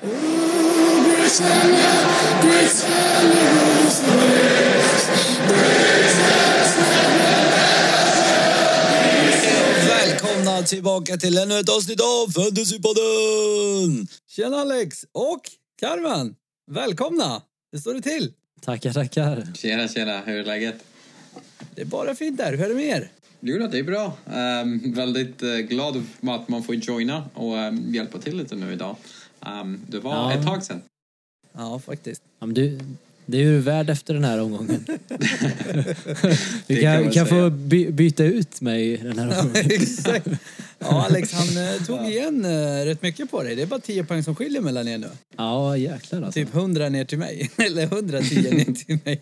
Välkomna tillbaka till ännu ett avsnitt av Fantasypodden! Tjena Alex och Carmen! Välkomna! Hur står det till? Tackar. Tjena. Hur är läget? Det är bara fint där. Hur är det med er? Jo, det är bra. Väldigt glad att man får joina och hjälpa till lite nu idag. Det var ett tag sedan. Ja, faktiskt. Ja, men det är ju värd efter den här omgången. Vi kan få byta ut mig i den här omgången. Exakt. Ja, Alex, han tog igen rätt mycket på dig. Det är bara 10 poäng som skiljer mellan er nu. Ja, jäklar alltså. Typ 100 ner till mig. Eller 110 ner till mig.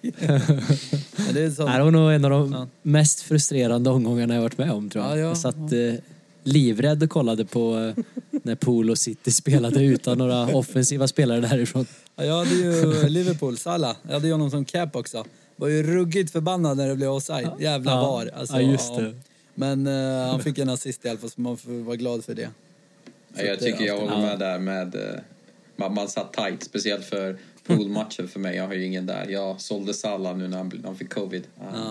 Ja, det är så. Det var nog en av de mest frustrerande omgångarna jag varit med om, tror jag. Ja. Jag satt livrädd och kollade på när Pool och City spelade utan några offensiva spelare därifrån. Ja, jag hade ju Liverpool, Salah. Jag hade ju honom som cap också. Var ju ruggigt förbannad när det blev offside. Jävla var. Alltså, ja, just det. Men han fick en assist i alla fall, så man får vara glad för det. Ja, jag tycker jag håller med där med... Man satt tight, speciellt för poolmatchen för mig. Jag har ju ingen där. Jag sålde Salah nu när han fick covid.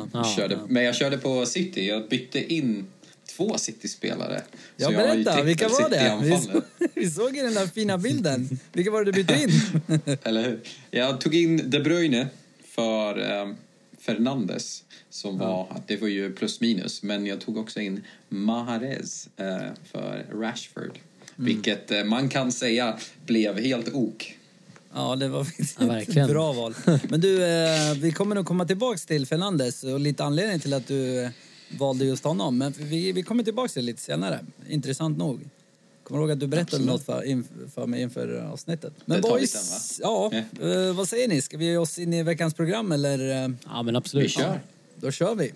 Men jag körde på City. Jag bytte in 2 City-spelare. Ja, berätta, vilka var det? Vi såg ju den där fina bilden. Vilka var det du bytte in? Eller hur? Jag tog in De Bruyne för Fernandes. Som det var ju plus minus. Men jag tog också in Mahrez för Rashford. Vilket man kan säga blev helt ok. Ja, det var ett bra val. Men du, vi kommer nog komma tillbaka till Fernandes. Och lite anledning till att du valde just honom. Men vi kommer tillbaka till lite senare. Intressant nog. Kommer ihåg att du berättade något för mig inför avsnittet. Men boys, vad säger ni? Ska vi ge oss in i veckans program eller? Ja, men absolut. Vi kör. Ja, då kör vi.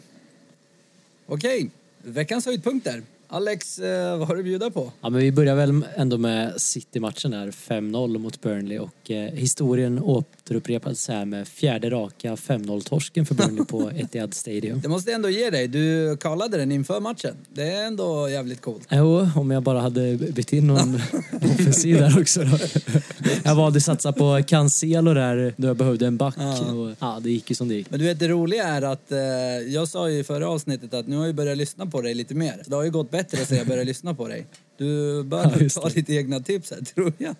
Okej, veckans höjdpunkter. Alex, vad har du bjuda på? Ja, men vi börjar väl ändå med City-matchen här. 5-0 mot Burnley. Och historien återupprepas här med 4:e raka 5-0-torsken för Burnley på Etihad Stadium. Det måste jag ändå ge dig. Du kallade den inför matchen. Det är ändå jävligt coolt. Jo, om jag bara hade bytt in någon offensiv där också då. Jag valde att satsa på Cancelo där då jag behövde en back. Och, det gick ju som det gick. Men du vet, det roliga är att jag sa ju i förra avsnittet att nu har jag börjat lyssna på dig lite mer. Så det har ju gått bättre så jag börjar lyssna på dig. Du bör ta lite egna tips här, tror jag.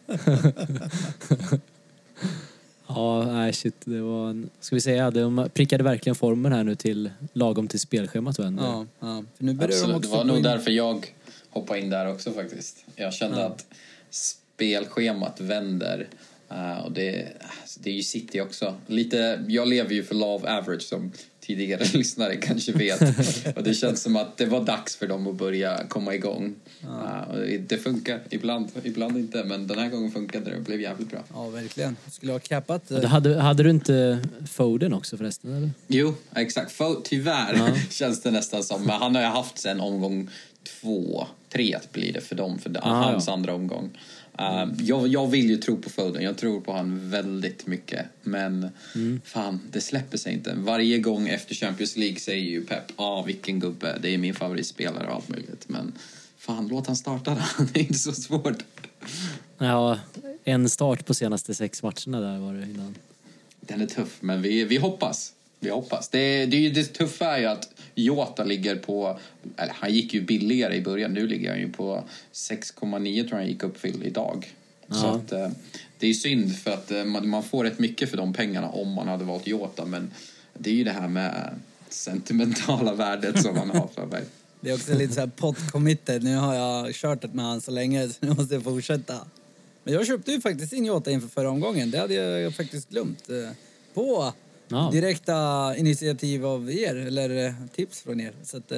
Det var ska vi säga, de prickade verkligen formen här nu till lagom till spelschemat vänder. Ja. För nu börjar de också. Det var nog därför jag hoppade in där också faktiskt. Jag kände att spelschemat vänder. Och det är ju City också. Jag lever ju för love average som tidigare lyssnare kanske vet. Och det känns som att det var dags för dem att börja komma igång. Och det funkar ibland inte. Men den här gången funkade det och blev jävligt bra. Ja, verkligen. Skulle ha kappat. Hade du inte Foden också förresten, eller? Jo, exakt. Tyvärr känns det nästan som. Men han har ju haft sen omgång 2-3 blir det för dem. För hans andra omgång. Jag vill ju tro på Foden. Jag tror på han väldigt mycket. Men fan, det släpper sig inte. Varje gång efter Champions League säger ju Pep vilken gubbe, det är min favoritspelare och allt möjligt. Men fan, låt han starta då. Det är inte så svårt. Ja, en start på senaste 6 matcherna där var det innan. Den är tuff, men vi hoppas. Vi hoppas. Det tuffa är ju att Jota ligger på... Eller, han gick ju billigare i början. Nu ligger han ju på 6,9 tror jag han gick upp idag. Ja. Så att, det är synd för att man får rätt mycket för de pengarna om man hade valt Jota. Men det är ju det här med sentimentala värdet som man har för mig. Det är också lite så här pot-committed. Nu har jag kört med han så länge så nu måste jag fortsätta. Men jag köpte ju faktiskt in Jota inför förra omgången. Det hade jag faktiskt glömt på... direkta initiativ av er eller tips från er så att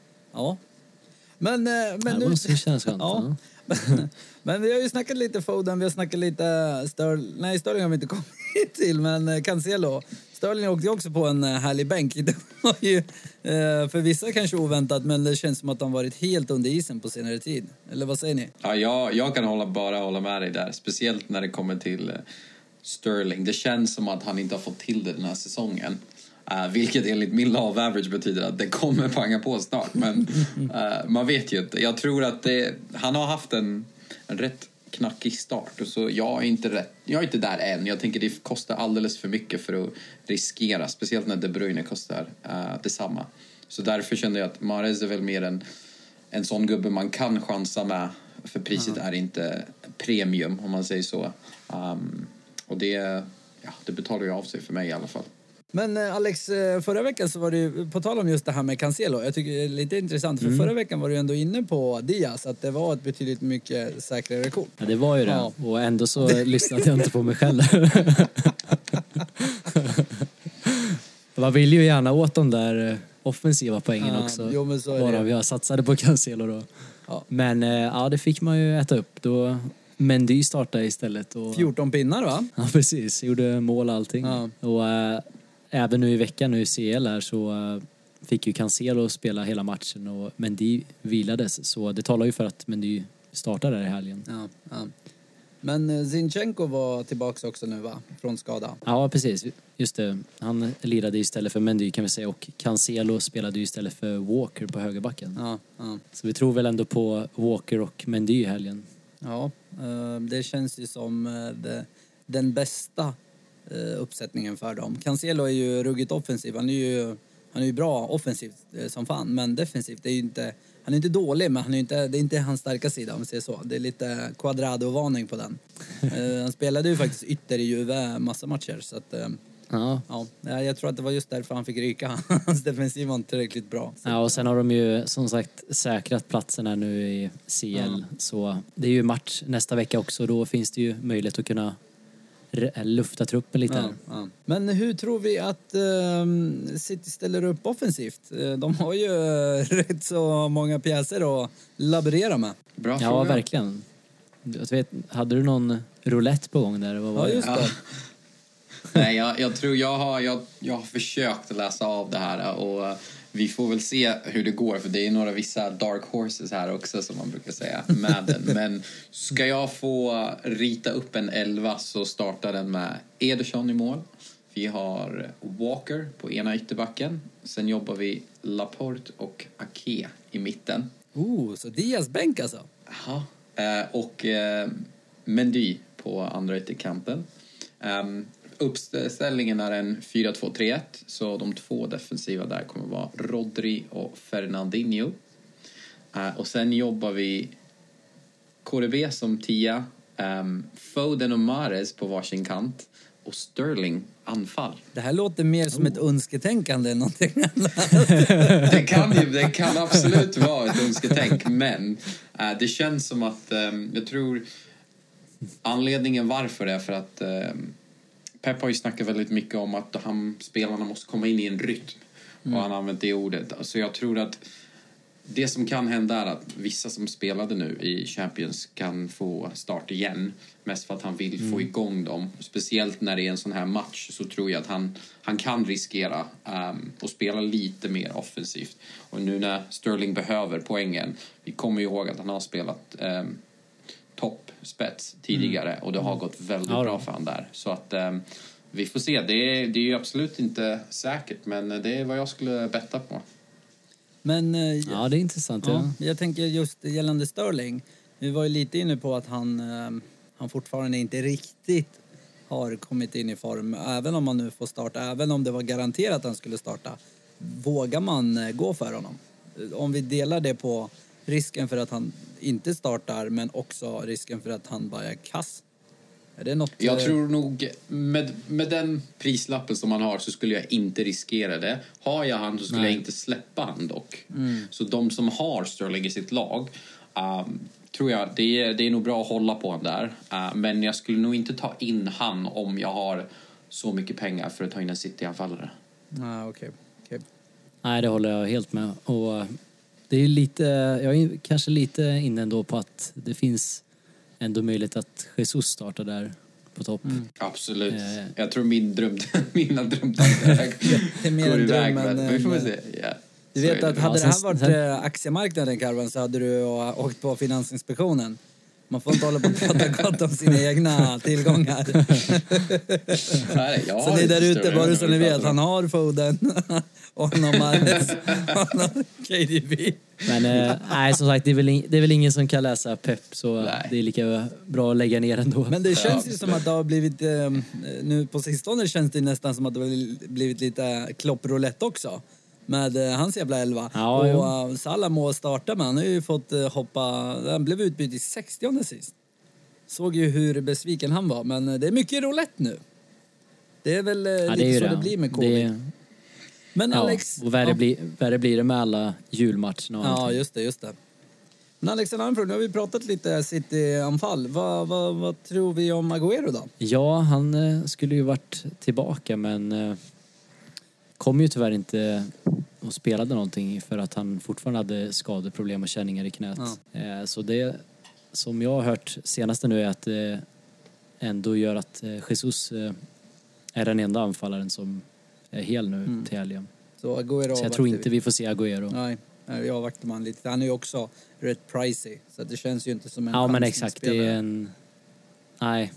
men nu känns det men vi har ju snackat lite Foden, vi har snackat lite Sterling har vi inte kommit till, men Cancelo Sterling åkte också på en härlig bänk. Det var ju för vissa kanske oväntat, men det känns som att han varit helt under isen på senare tid. Eller vad säger ni? Ja, jag kan hålla med dig där, speciellt när det kommer till Sterling. Det känns som att han inte har fått till det den här säsongen. Vilket enligt min love average betyder att det kommer panga på snart. Men man vet ju inte. Jag tror att han har haft en rätt knackig start. Och så jag är inte där än. Jag tänker det kostar alldeles för mycket för att riskera. Speciellt när De Bruyne kostar detsamma. Så därför kände jag att Mahrez är väl mer en sån gubbe man kan chansa med. För priset är inte premium, om man säger så. Och det betalar ju av sig för mig i alla fall. Men Alex, förra veckan så var det på tal om just det här med Cancelo. Jag tycker det är lite intressant, för förra veckan var du ändå inne på Diaz, att det var ett betydligt mycket säkrare kort. Ja, det var ju det. Ja. Och ändå så lyssnade jag inte på mig själv. Man vill ju gärna åt de där offensiva poängen också. Jo, men så är bara det. vi har satsade på Cancelo då. Ja. Men det fick man ju äta upp. Då Mendy startade istället. Och 14 pinnar, va? Ja, precis. Gjorde mål och allting. Ja. Och även nu i veckan, nu i CL här, så fick ju Cancelo spela hela matchen och Mendy vilades. Så det talar ju för att Mendy startade där i helgen. Ja. Men Zinchenko var tillbaka också nu, va? Från skada. Ja, precis. Just det. Han lirade istället för Mendy, kan vi säga. Och Cancelo spelade ju istället för Walker på högerbacken. Ja. Så vi tror väl ändå på Walker och Mendy i helgen. Ja, det känns ju som den bästa uppsättningen för dem. Cancelo är ju ruggigt offensiv. Han är ju bra offensivt som fan, men defensivt är ju inte, han är inte dålig, men det är inte hans starka sida, om vi säger så. Det är lite Cuadrado-varning på den. Han spelade ju faktiskt ytter i Juve massa matcher, så att ja, jag tror att det var just därför han fick ryka. Hans defensiv var inte tillräckligt bra. Ja, och sen har de ju som sagt säkrat platserna nu i CL. Så det är ju match nästa vecka också. Då finns det ju möjlighet att kunna lufta truppen lite. Ja. Men hur tror vi att City ställer upp offensivt? De har ju rätt så många pjäser att laborera med. Bra fråga. Ja, verkligen. Hade du någon roulette på gång där? Vad var just det. Nej, jag tror jag har försökt läsa av det här, och vi får väl se hur det går, för det är några vissa dark horses här också, som man brukar säga med den. Men ska jag få rita upp en 11, så startar den med Ederson i mål. Vi har Walker på ena ytterbacken. Sen jobbar vi Laporte och Ake i mitten. Så Diaz bänk alltså? Ja, och Mendy på andra ytterkanten. Uppställningen är en 4-2-3-1, så de två defensiva där kommer vara Rodri och Fernandinho. Och sen jobbar vi KDB som 10, Foden och Mahrez på varsin kant och Sterling anfall. Det här låter mer som ett önsketänkande än någonting annat. Det kan absolut vara ett önsketänk, men det känns som att jag tror anledningen varför är för att Pep har ju snackat väldigt mycket om att spelarna måste komma in i en rytm. Och han har använt det ordet. Så jag tror att det som kan hända är att vissa som spelade nu i Champions kan få start igen. Mest för att han vill få igång dem. Speciellt när det är en sån här match, så tror jag att han kan riskera och spela lite mer offensivt. Och nu när Sterling behöver poängen. Vi kommer ju ihåg att han har spelat toppspets tidigare, och det har gått väldigt bra för han där. Så att vi får se. Det är ju absolut inte säkert, men det är vad jag skulle betta på. Men ja, det är intressant. Jag tänker just gällande Sterling. Vi var ju lite inne på att han fortfarande inte riktigt har kommit in i form. Även om man nu får starta, även om det var garanterat att han skulle starta. Vågar man gå för honom? Om vi delar det på risken för att han inte startar, men också risken för att han bara är kass. Är det något? Jag tror nog med den prislappen som man har, så skulle jag inte riskera det. Har jag han, så skulle jag inte släppa han dock. Så de som har Sterling i sitt lag, tror jag det är nog bra att hålla på han där. Men jag skulle nog inte ta in han om jag har så mycket pengar för att ta in en City-anfallare. Okej. Nej, det håller jag helt med. Och det är lite, jag är kanske lite inne ändå på att det finns ändå möjlighet att Jesus startar där på topp. Absolut. Jag tror mina drömtankar går iväg, men vi får se. Yeah. Du vet att hade det här varit aktiemarknaden, Karvan, så hade du åkt på Finansinspektionen. Man får inte hålla på och prata gott om sina egna tillgångar. Nej, så ni där ute, bara så ni vet, han har Foden och han har Mahrez, han har KDB. Men nej, som sagt, det är väl ingen som kan läsa Pep, så det är lika bra att lägga ner ändå. Men det känns ju som att det har blivit, nu på sistone känns det nästan som att det har blivit lite klopproulette också. Med hans jävla 11. Ja, och Salah må starta, men han har ju fått hoppa, han blev utbytt i 60:e sist. Såg ju hur besviken han var, men det är mycket roulette nu. Det är väl lite så det blir med covid. Men Alex... och värre blir det med alla julmatcherna och allting. Ja, just det. Men Alex, en annan fråga. Nu har vi pratat lite City-anfall. Vad tror vi om Agüero då? Ja, han skulle ju varit tillbaka, men kom ju tyvärr inte och spelade någonting för att han fortfarande hade skadeproblem och känningar i knät. Ja. Så det som jag har hört senaste nu är att det ändå gör att Jesus är den enda anfallaren som är hel nu till helgen. Så jag tror inte vi får se Agüero. Nej, jag avvaktar man lite. Han är ju också rätt pricey, så det känns ju inte som en... Ja, men exakt. Det är en... Nej.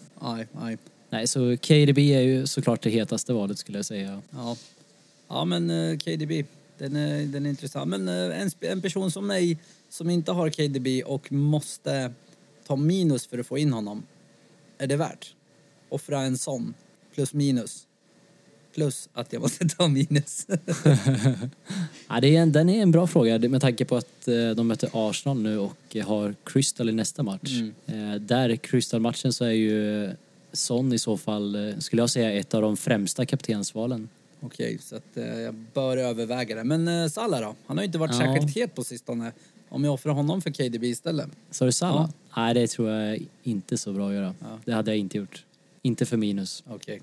Så KDB är ju såklart det hetaste valet, skulle jag säga. Ja, men KDB, den är intressant. Men en person som mig som inte har KDB och måste ta minus för att få in honom, är det värt? Offra en sån plus minus. Plus att jag måste ta minus. Ja, den är en bra fråga med tanke på att de möter Arsenal nu och har Crystal i nästa match. Där Crystal-matchen så är ju Son i så fall, skulle jag säga, ett av de främsta kaptensvalen. Okej, så att jag bör överväga det. Men Salah då? Han har ju inte varit särskilt het på sistone. Om jag offrar honom för KDB istället. Så är det Salah? Ja. Nej, det tror jag inte så bra att göra. Ja. Det hade jag inte gjort. Inte för minus. Okej.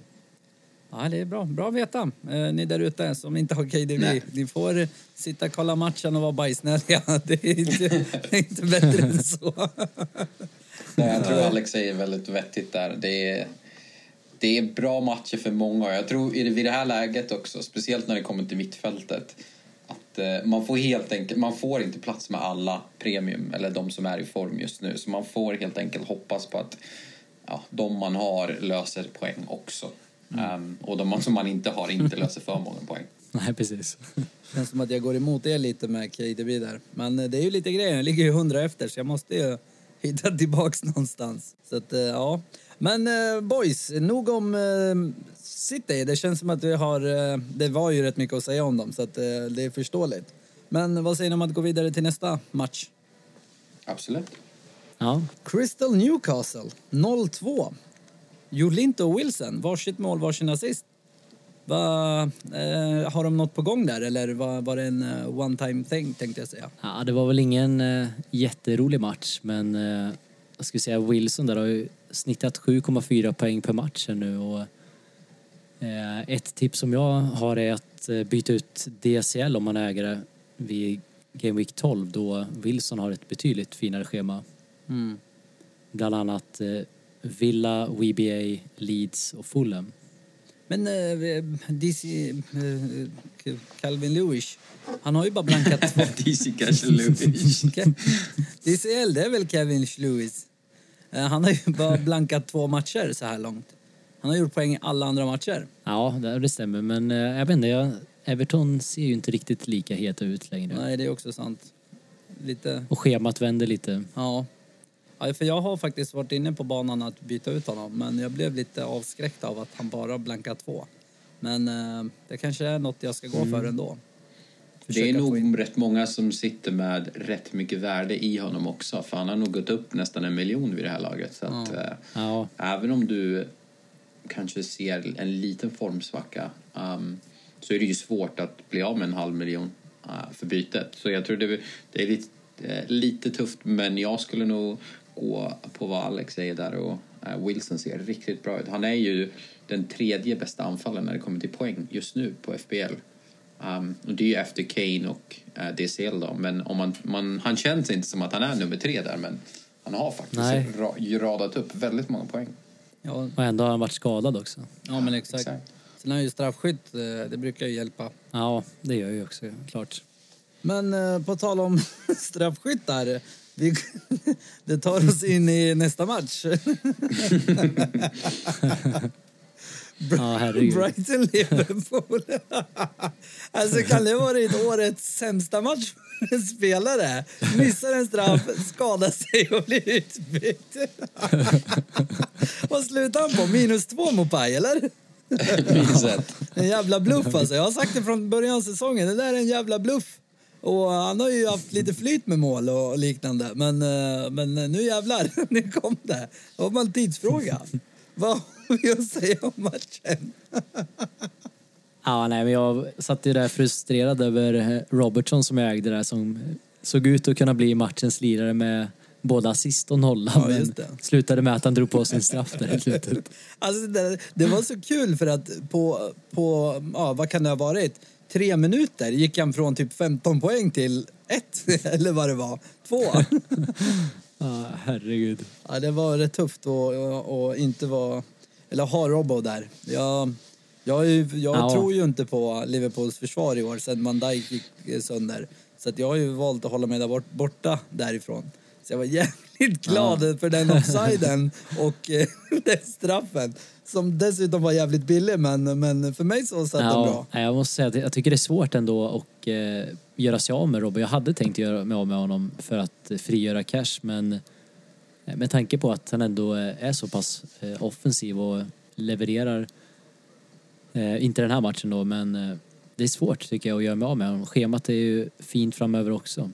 Ja, det är bra. Bra att veta. Ni där ute som inte har KDB. Ni får sitta och kolla matchen och vara bajsnödiga. Det är inte bättre än så. Nej, jag tror Alex är väldigt vettigt där. Det är bra matcher för många. Jag tror vid det här läget också, speciellt när det kommer till mittfältet, att man får inte plats med alla premium eller de som är i form just nu. Så man får helt enkelt hoppas på att de man har löser poäng också. Och de som man inte har inte löser för många poäng. Nej, precis. Det känns som att jag går emot det lite med KDB där. Men det är ju lite grejer. Jag ligger ju 100 efter, så jag måste ju hitta tillbaks någonstans. Så att, ja. Men boys, nog om City. Det känns som att det var ju rätt mycket att säga om dem, så att det är förståeligt. Men vad säger ni om att gå vidare till nästa match? Absolut. Ja. Crystal Newcastle 0-2. Jolinto och Wilson, varsitt mål, varsin assist. Har de något på gång där, eller var det en one-time thing, tänkte jag säga? Ja, det var väl ingen jätterolig match, men jag skulle säga Wilson där har ju snittat 7,4 poäng per match nu, och ett tips som jag har är att byta ut DCL om man äger det vid Game Week 12, då Wilson har ett betydligt finare schema. Bland annat Villa, WBA, Leeds och Fulham. Men Calvin Lewis, han har ju bara blankat 2. DC Lewis. DCL, det är väl Calvin Lewis. Han har ju bara blankat 2 matcher så här långt. Han har gjort poäng i alla andra matcher. Ja, det stämmer. Men jag vet inte, Everton ser ju inte riktigt lika heta ut längre. Nej, det är också sant. Lite. Och schemat vänder lite. Ja, för jag har faktiskt varit inne på banan att byta ut honom. Men jag blev lite avskräckt av att han bara blankat 2. Men det kanske är något jag ska gå för ändå. Det är nog rätt många som sitter med rätt mycket värde i honom också. För han har nog gått upp nästan 1 miljon vid det här laget. Så att, även om du kanske ser en liten formsvacka, så är det ju svårt att bli av med 500 000 för bytet. Så jag tror det är lite tufft, men jag skulle nog gå på vad Alex säger där, och Wilson ser riktigt bra ut. Han är ju den 3:e bästa anfallen när det kommer till poäng just nu på FBL. Och det är ju efter Kane och DCL då. Men om han känns inte som att han är nummer 3 där, men han har faktiskt radat upp väldigt många poäng. Ja. Och ändå har han varit skadad också. Ja, men exakt. Sen är ju straffskytt, det brukar ju hjälpa. Ja, det gör ju också, klart. Men på tal om straffskytt där, Det tar oss in i nästa match. Brighton-Liverpool. Alltså kan det vara årets sämsta match för en spelare? Missar en straff, skadar sig och blir utbytt. Vad slutar han på? -2 Mopai, eller? En jävla bluff alltså. Jag har sagt det från början av säsongen. Det där är en jävla bluff. Och han har ju haft lite flyt med mål och liknande. Men nu jävlar, nu kom det. Det var bara en tidsfråga. Vad har vi att säga om matchen? Ja, nej, men jag satt ju där frustrerad över Robertson som jag ägde där, som såg ut att kunna bli matchens lirare med både assist och nolla, ja, men slutade med att han drog på sin straff där i slutet. Alltså det var så kul för att på vad kan det ha varit? 3 minuter gick han från typ 15 poäng till 1 eller vad det var, 2. Ja, herregud. Ja, det var rätt tufft och inte vara eller ha Robbo där. Jag tror ju inte på Liverpools försvar i år sen Van Dijk gick sönder. Så att jag har ju valt att hålla mig där borta därifrån. Så jag var jävligt glad för den offsiden och den straffen. Som dessutom var jävligt billig, men för mig så satt den bra. Jag måste säga att jag tycker det är svårt ändå att göra sig av med Robbo. Jag hade tänkt göra mig av med honom för att frigöra cash, men med tanke på att han ändå är så pass offensiv och levererar, inte den här matchen då, men det är svårt tycker jag att göra mig av med honom. Schemat är ju fint framöver också.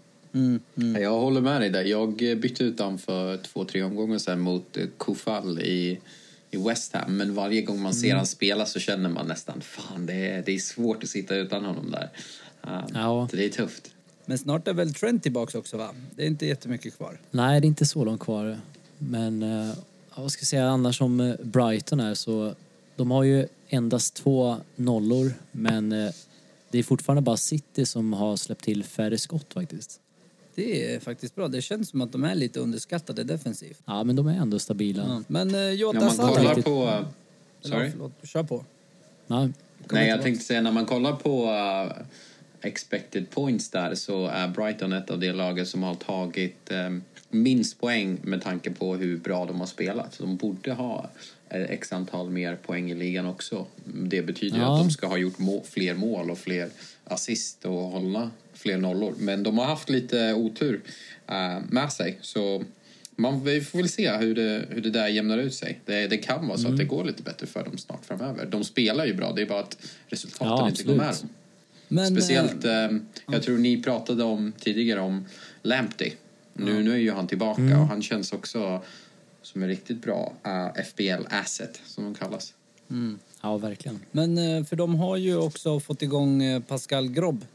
Jag håller med dig där. Jag bytte ut honom för 2-3 omgångar sedan mot Kofall i West Ham. Men varje gång man ser han spela så känner man nästan fan, det är svårt att sitta utan honom där. Så det är tufft. Men snart är väl Trent tillbaka också, va? Det är inte jättemycket kvar. Nej, det är inte så långt kvar. Men vad ska jag säga annars om Brighton är så de har ju endast 2 nollor, men det är fortfarande bara City som har släppt till färre skott faktiskt. Det är faktiskt bra. Det känns som att de är lite underskattade defensivt. Ja, men de är ändå stabila. Ja. Men Jota man kollar på... Sorry? Förlåt, kör på. Nej, jag tänkte säga när man kollar på expected points där så är Brighton ett av de lagen som har tagit minst poäng med tanke på hur bra de har spelat. Så de borde ha x antal mer poäng i ligan också. Det betyder ju att de ska ha gjort fler mål och fler assist och hålla fler nollor. Men de har haft lite otur med sig. Så vi får väl se hur det där jämnar ut sig. Det kan vara så att det går lite bättre för dem snart framöver. De spelar ju bra, det är bara att resultaten inte går med dem. Men, speciellt, jag tror ni pratade om tidigare om Lamptey. Nu är ju han tillbaka och han känns också som en riktigt bra FBL-asset som de kallas. Ja, verkligen. Men för de har ju också fått igång Pascal Grobb.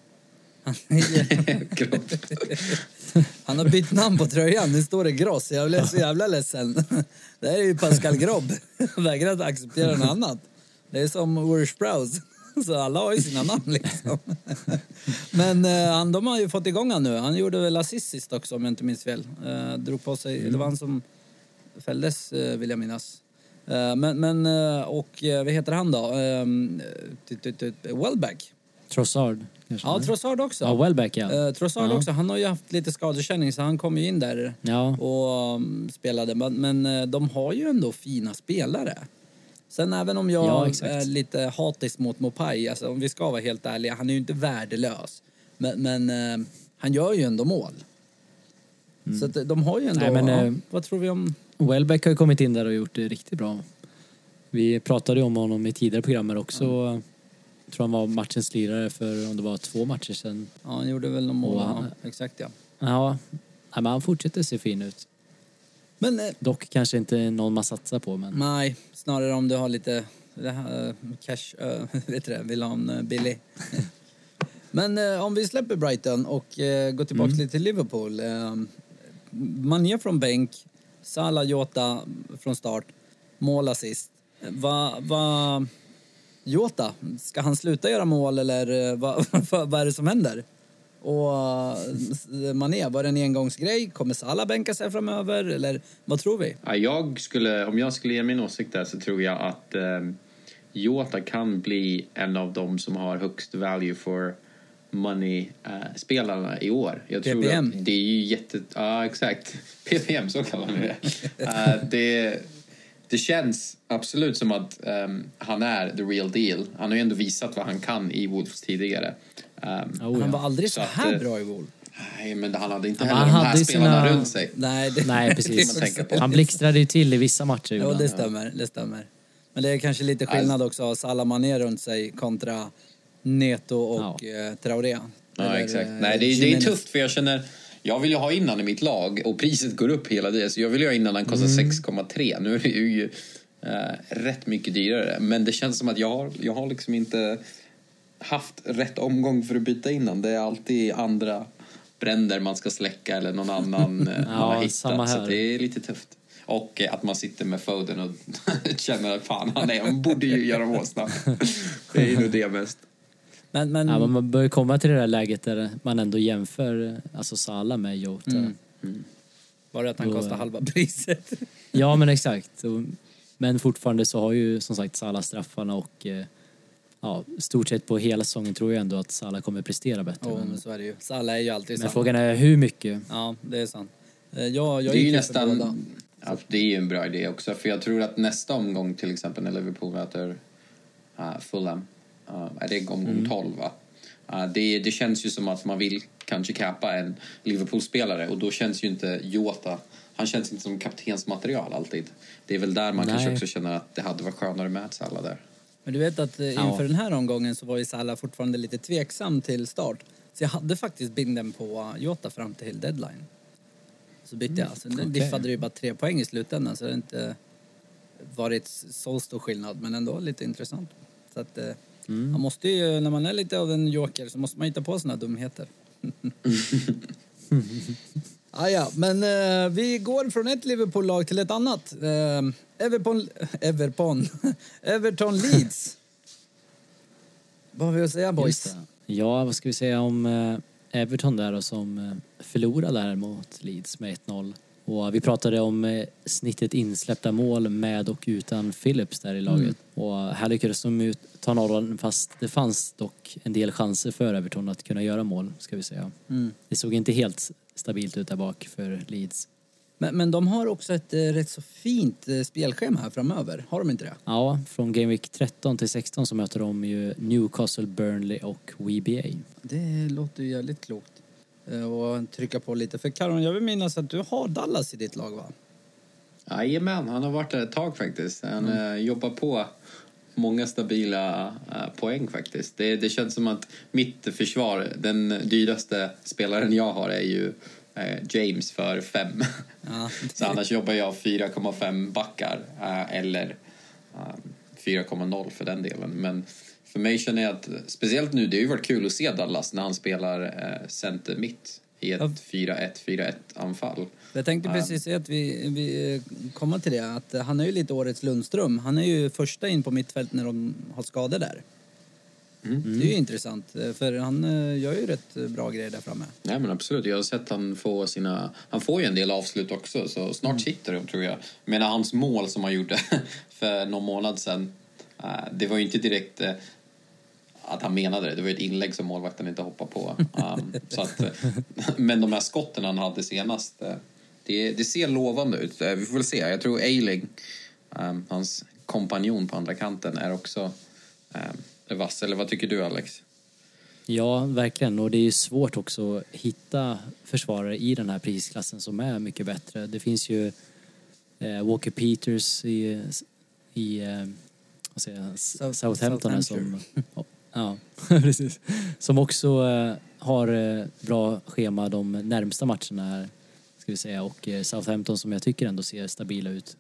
Han har bytt namn på tröjan. Nu står det Gross. Jag blev så jävla ledsen. Det här är ju Pascal Grobb. Jag vägrar att acceptera något annat. Det är som Urs Sprouse. Så alla har ju sina namn liksom. Men de har ju fått igång han nu. Han gjorde väl assist sist också om jag inte minns fel. Drog på sig. Det var han som fälldes vill jag minnas. Men vad heter han då? Welbeck. Trossard kanske. Ja, Trossard också. Ja, Welbeck, ja. Trossard också. Han har ju haft lite skadekänning så han kom ju in där och spelade. Men de har ju ändå fina spelare. Sen även om jag är lite hatisk mot Mopai, alltså om vi ska vara helt ärliga, han är ju inte värdelös. Men han gör ju ändå mål. Så att de har ju ändå... vad tror vi om... Welbeck har ju kommit in där och gjort det riktigt bra. Vi pratade ju om honom i tidigare programmer också. Jag tror han var matchens lirare för om det var 2 matcher sedan. Ja, han gjorde väl någon mål. Exakt, Ja, men han fortsätter se fin ut. Men, dock kanske inte någon man satsar på. Men... Nej, snarare om du har lite cash, vet du det, vill ha en billig. Men om vi släpper Brighton och går tillbaka lite till Liverpool. Mané från bänk, Salah, Jota från start, mål assist. Jota, ska han sluta göra mål eller vad är det som händer? Och Mané, var det en engångsgrej? Kommer Salah bänka sig framöver? Eller vad tror vi? Om jag skulle ge min åsikt där så tror jag att Jota kan bli en av dem som har högst value for money-spelarna i år. Jag tror PPM. att det är ju ja, exakt. PPM, så kallar man det. Det känns absolut som att han är the real deal. Han har ju ändå visat vad han kan i Wolves tidigare. Han var aldrig så här bra i Wolves. Nej, men han hade inte heller de här spelarna runt sig. Nej, precis. Han blixtrade ju till i vissa matcher. Ja, det stämmer. Men det är kanske lite skillnad också att ha Salah Mané runt sig kontra Neto och Traoré. Ja, exakt. Nej, det är tufft, för jag känner... Jag vill ju ha innan i mitt lag och priset går upp hela det. Så jag vill ju ha innan han kostar 6,3. Nu är det ju rätt mycket dyrare. Men det känns som att jag har liksom inte haft rätt omgång för att byta innan. Det är alltid andra bränder man ska släcka eller någon annan man har hittat. Så det är lite tufft. Och att man sitter med Foden och känner att fan, han borde ju göra mål snabbt. Det är ju nog det mest. Men man bör komma till det där läget där man ändå jämför alltså Salah med Jota. Bara att han kostar halva priset. Ja, men exakt. Men fortfarande så har ju som sagt Salah straffarna och stort sett på hela säsongen tror jag ändå att Salah kommer prestera bättre. Men så är det ju. Salah är ju alltid men frågan är hur mycket. Ja, det är sant. Jag det är ju nästan... Ja, det är ju en bra idé också. För jag tror att nästa omgång till exempel när Liverpool möter Fulham, är det omgång 12 va? Det känns ju som att man vill kanske kappa en Liverpool-spelare. Och då känns ju inte Jota, han känns inte som kaptensmaterial alltid. Det är väl där man kanske också känner att det hade varit skönare med Salah där. Men du vet att inför den här omgången så var ju Salah fortfarande lite tveksam till start. Så jag hade faktiskt binden på Jota fram till deadline. Så bytte jag. Så den diffade ju bara 3 poäng i slutändan. Så det har inte varit så stor skillnad. Men ändå lite intressant. Så att man måste ju, när man är lite av en joker så måste man hitta på såna dumheter. Men vi går från ett Liverpool-lag till ett annat. Everton Leeds. Vad har vi att säga, boys? Ja, vad ska vi säga om Everton där då, som förlorade där mot Leeds med 1-0. Och vi pratade om snittet insläppta mål med och utan Phillips där i laget. Och här lyckades de ut ta nollan, fast det fanns dock en del chanser för Everton att kunna göra mål, ska vi säga. Det såg inte helt stabilt ut där bak för Leeds. Men de har också ett rätt så fint spelschema här framöver. Har de inte det? Ja, från Game Week 13 till 16 så möter de ju Newcastle, Burnley och WBA. Det låter ju jävligt klokt. Och trycka på lite. För Karon, jag vill minnas att du har Dallas i ditt lag, va? Jajamän, han har varit där ett tag faktiskt. Han jobbar på många stabila poäng faktiskt. Det känns som att mitt försvar, den dyraste spelaren jag har är ju James för 5. Så annars jobbar jag 4,5 backar eller 4,0 för den delen. Men för mig känner jag att speciellt nu, det har ju varit kul att se Dallas när han spelar center mitt i ett 4-1 anfall. Jag tänkte precis säga att vi kommer till det, att han är ju lite årets Lundström. Han är ju första in på mittfält när de har skador där. Det är ju intressant, för han gör ju rätt bra grejer där framme. Nej, men absolut, jag har sett han får ju en del avslut också, så snart sitter de, tror jag. Men hans mål som han gjorde för någon månad sedan, det var ju inte direkt att han menade det var ett inlägg som målvakten inte hoppade på. Så att, men de här skotten han hade senast, det ser lovande ut. Vi får väl se. Jag tror Eiling, hans kompanjon på andra kanten, är också vass. Eller vad tycker du, Alex? Ja, verkligen. Och det är ju svårt också att hitta försvarare i den här prisklassen som är mycket bättre. Det finns ju Walker Peters i Southampton som ja, precis. Som också har bra schema de närmsta matcherna här, ska vi säga, och Southampton som jag tycker ändå ser stabila ut.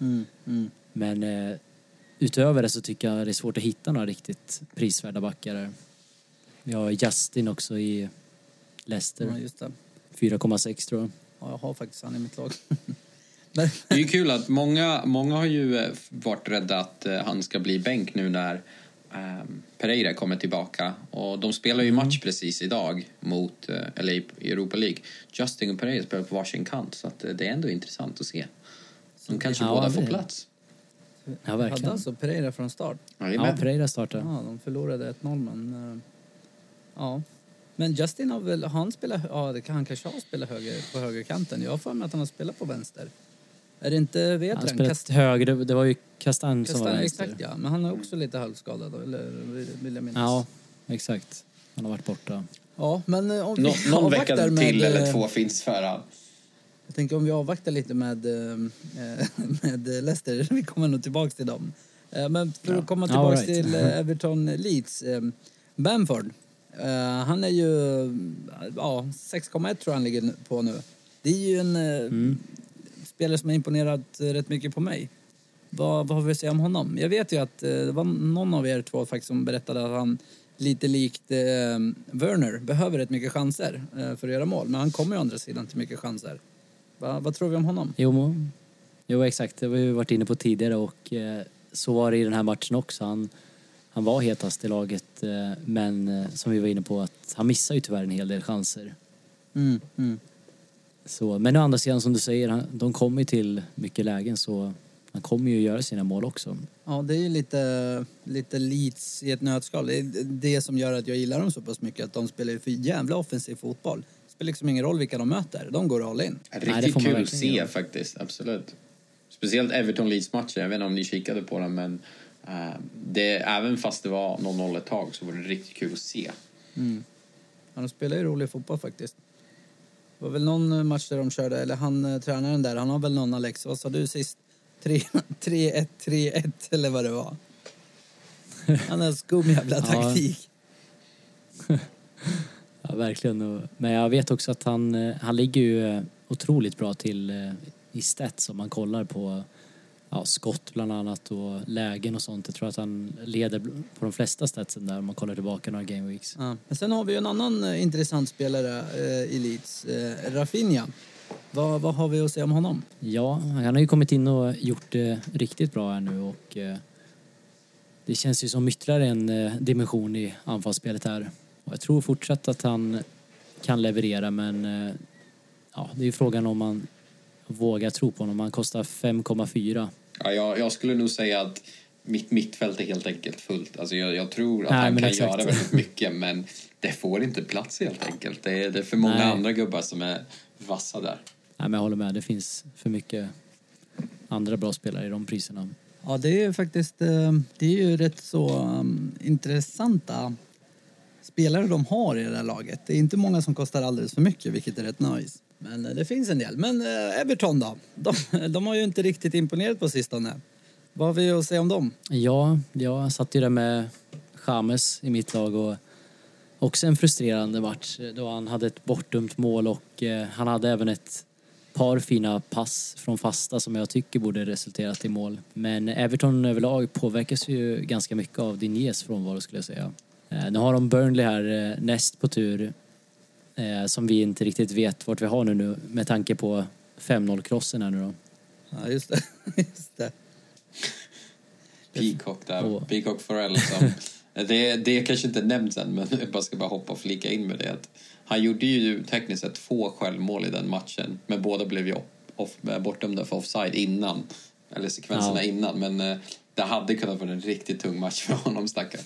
Men utöver det så tycker jag det är svårt att hitta några riktigt prisvärda backar där. Vi har Justin också i Leicester. Ja, just det. 4,6 tror jag. Ja, jag har faktiskt han i mitt lag. Det är ju kul att många har ju varit rädda att han ska bli bänk nu när Pereira kommer tillbaka. Och de spelar ju match precis idag mot LA i Europa League. Justin och Pereira spelar på varsin kant, så att det är ändå intressant att se. De kanske båda får plats. Ja, verkligen. Hade alltså Pereira från start? Ja, Pereira startade. Ja, de förlorade 1-0, men ja. Men Justin har väl, han spelar, han kanske har spelat på högerkanten. Jag har för mig att han har spelat på vänster. Är det inte, vet han spelat höger, det var ju Castagne som var vänster. Exakt, ja. Men han är också lite halvskadad, eller vill jag minnas. Ja, exakt. Han har varit borta. Ja, men om vi någon vecka till eller 2 finns för han. Jag tänker om vi avvaktar lite med Leicester. Vi kommer nog tillbaka till dem. Men för att komma tillbaka till Everton Leeds. Bamford. Han är ju 6,1 tror jag han ligger på nu. Det är ju en spelare som har imponerat rätt mycket på mig. Vad har vi att säga om honom? Jag vet ju att det var någon av er två faktiskt som berättade att han lite likt Werner behöver rätt mycket chanser för att göra mål. Men han kommer ju å andra sidan till mycket chanser. Vad tror vi om honom? Jo, exakt. Det har vi varit inne på tidigare och så var det i den här matchen också. Han var hetast i laget, men som vi var inne på att han missar ju tyvärr en hel del chanser. Så, men å andra sidan som du säger, de kommer ju till mycket lägen så han kommer ju göra sina mål också. Ja, det är ju lite Leeds i ett nötskal. Det är det som gör att jag gillar dem så pass mycket, att de spelar för jävla offensiv fotboll. Det spelar liksom ingen roll vilka de möter. De går all in. Riktigt kul att se faktiskt, absolut. Speciellt Everton-Leeds-matchen. Jag vet inte om ni kikade på den, men även fast det var 0-0 ett tag så var det riktigt kul att se. Ja, de spelar ju rolig fotboll faktiskt. Det var väl någon match där de körde, eller tränaren där, han har väl någon Alex. Vad sa du sist? 3-1 eller vad det var. Han har skum jävla taktik. Ja, verkligen. Men jag vet också att han ligger ju otroligt bra till i stats om man kollar på skott bland annat och lägen och sånt. Jag tror att han leder på de flesta statsen där om man kollar tillbaka några gameweeks. Ja. Men sen har vi ju en annan intressant spelare i Leeds, Rafinha. Vad har vi att säga om honom? Ja, han har ju kommit in och gjort det riktigt bra här nu och det känns ju som ytterligare en dimension i anfallsspelet här. Och jag tror fortsatt att han kan leverera, men det är ju frågan om man vågar tro på honom. Han kostar 5,4. Ja, jag skulle nog säga att mitt mittfält är helt enkelt fullt. Alltså jag tror att han kan göra väldigt mycket, men det får inte plats helt enkelt. Det är för många andra gubbar som är vassa där. Nej, men jag håller med. Det finns för mycket andra bra spelare i de priserna. Ja, det är faktiskt det är ju rätt så intressanta spelare de har i det här laget. Det är inte många som kostar alldeles för mycket, vilket är rätt nice. Men det finns en del. Men Everton då? De har ju inte riktigt imponerat på sistone. Vad har vi att säga om dem? Ja, jag satt ju där med James i mitt lag och också en frustrerande match då han hade ett bortdömt mål och han hade även ett par fina pass från fasta som jag tycker borde resulterat i mål. Men Everton överlag påverkas ju ganska mycket av Dignes frånvaro skulle jag säga. Nu har de Burnley här näst på tur som vi inte riktigt vet vart vi har nu med tanke på 5-0-krossen här nu då. Ja, just det. Peacock där. Peacock Forell som... det kanske inte nämnts än, men jag ska bara hoppa och flika in med det. Att han gjorde ju tekniskt sett 2 självmål i den matchen, men båda blev ju bortdömda för offside innan. Eller sekvenserna innan, men det hade kunnat vara en riktigt tung match för honom, stackaren.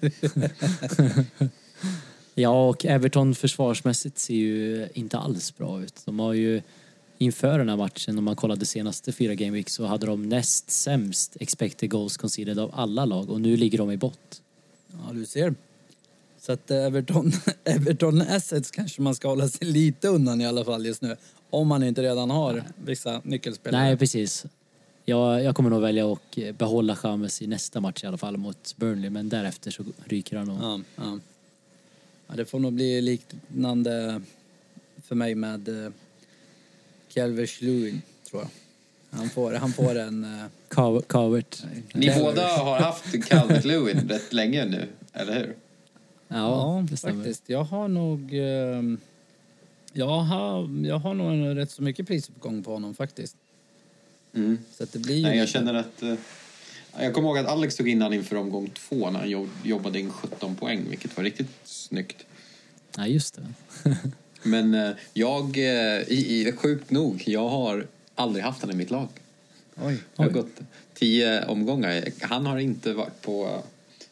Ja, och Everton försvarsmässigt ser ju inte alls bra ut. De har ju inför den här matchen, om man kollade senaste 4 gameweeks, så hade de näst sämst expected goals conceded av alla lag och nu ligger de i bott. Ja, du ser. Så att Everton Assets kanske man ska hålla sig lite undan i alla fall just nu. Om man inte redan har vissa nyckelspelare. Nej, precis. Jag kommer nog välja att behålla James i nästa match i alla fall mot Burnley, men därefter så ryker han nog. Ja, det får nog bli liknande för mig med Calvert-Lewin, tror jag. Han får en... Calvert. Ni båda har haft Calvert-Lewin rätt länge nu, eller hur? Ja, det faktiskt. Jag har nog... Jag har nog rätt så mycket priser på gång på honom faktiskt. Så att det blir ju... Nej, jag känner att... Jag kommer ihåg att Alex tog in han inför omgång 2 när han jobbade in 17 poäng, vilket var riktigt snyggt. Ja, just det. Men sjukt nog, jag har aldrig haft han i mitt lag. Oj. Jag har gått 10 omgångar. Han har inte varit på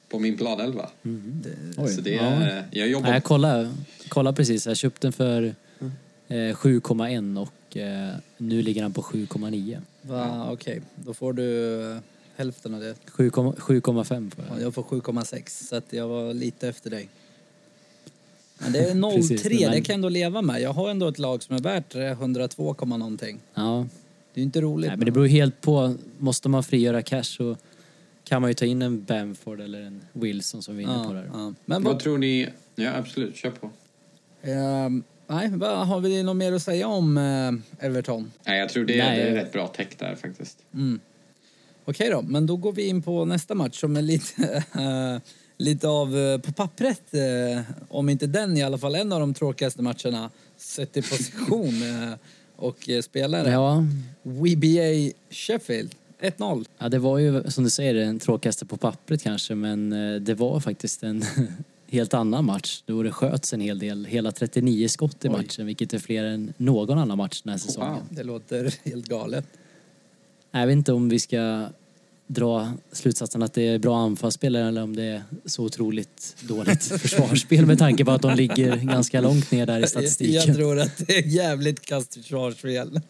på min plan 11. Så det jag jobbar... Jag kollar precis. Jag köpte den för 7,1 och nu ligger den på 7,9. Okej. Då får du hälften av det. 7,5 får jag. Jag får 7,6 så att jag var lite efter dig. Men det är 0,3, det kan jag ändå leva med. Jag har ändå ett lag som är värt 102, någonting. Ja. Det är ju inte roligt. Nej, men det beror helt på. Måste man frigöra cash så kan man ju ta in en Bamford eller en Wilson som vinner på det här. Ja. Men vad tror ni? Ja, absolut. Kör på. Nej, har vi något mer att säga om Everton? Nej, jag tror det är rätt bra tech där faktiskt. Okej då, men då går vi in på nästa match som är lite av på pappret, om inte den i alla fall en av de tråkigaste matcherna sett i position och spelare. Ja. WBA Sheffield 1-0. Ja, det var ju som du säger den tråkigaste på pappret kanske, men det var faktiskt en helt annan match. Då det sköts en hel del, hela 39 skott i matchen, vilket är fler än någon annan match den här säsongen. Wow, det låter helt galet. Jag vet inte om vi ska dra slutsatsen att det är bra anfallsspelare eller om det är så otroligt dåligt försvarsspel med tanke på att de ligger ganska långt ner där i statistiken. Jag tror att det är jävligt kast försvarsspel.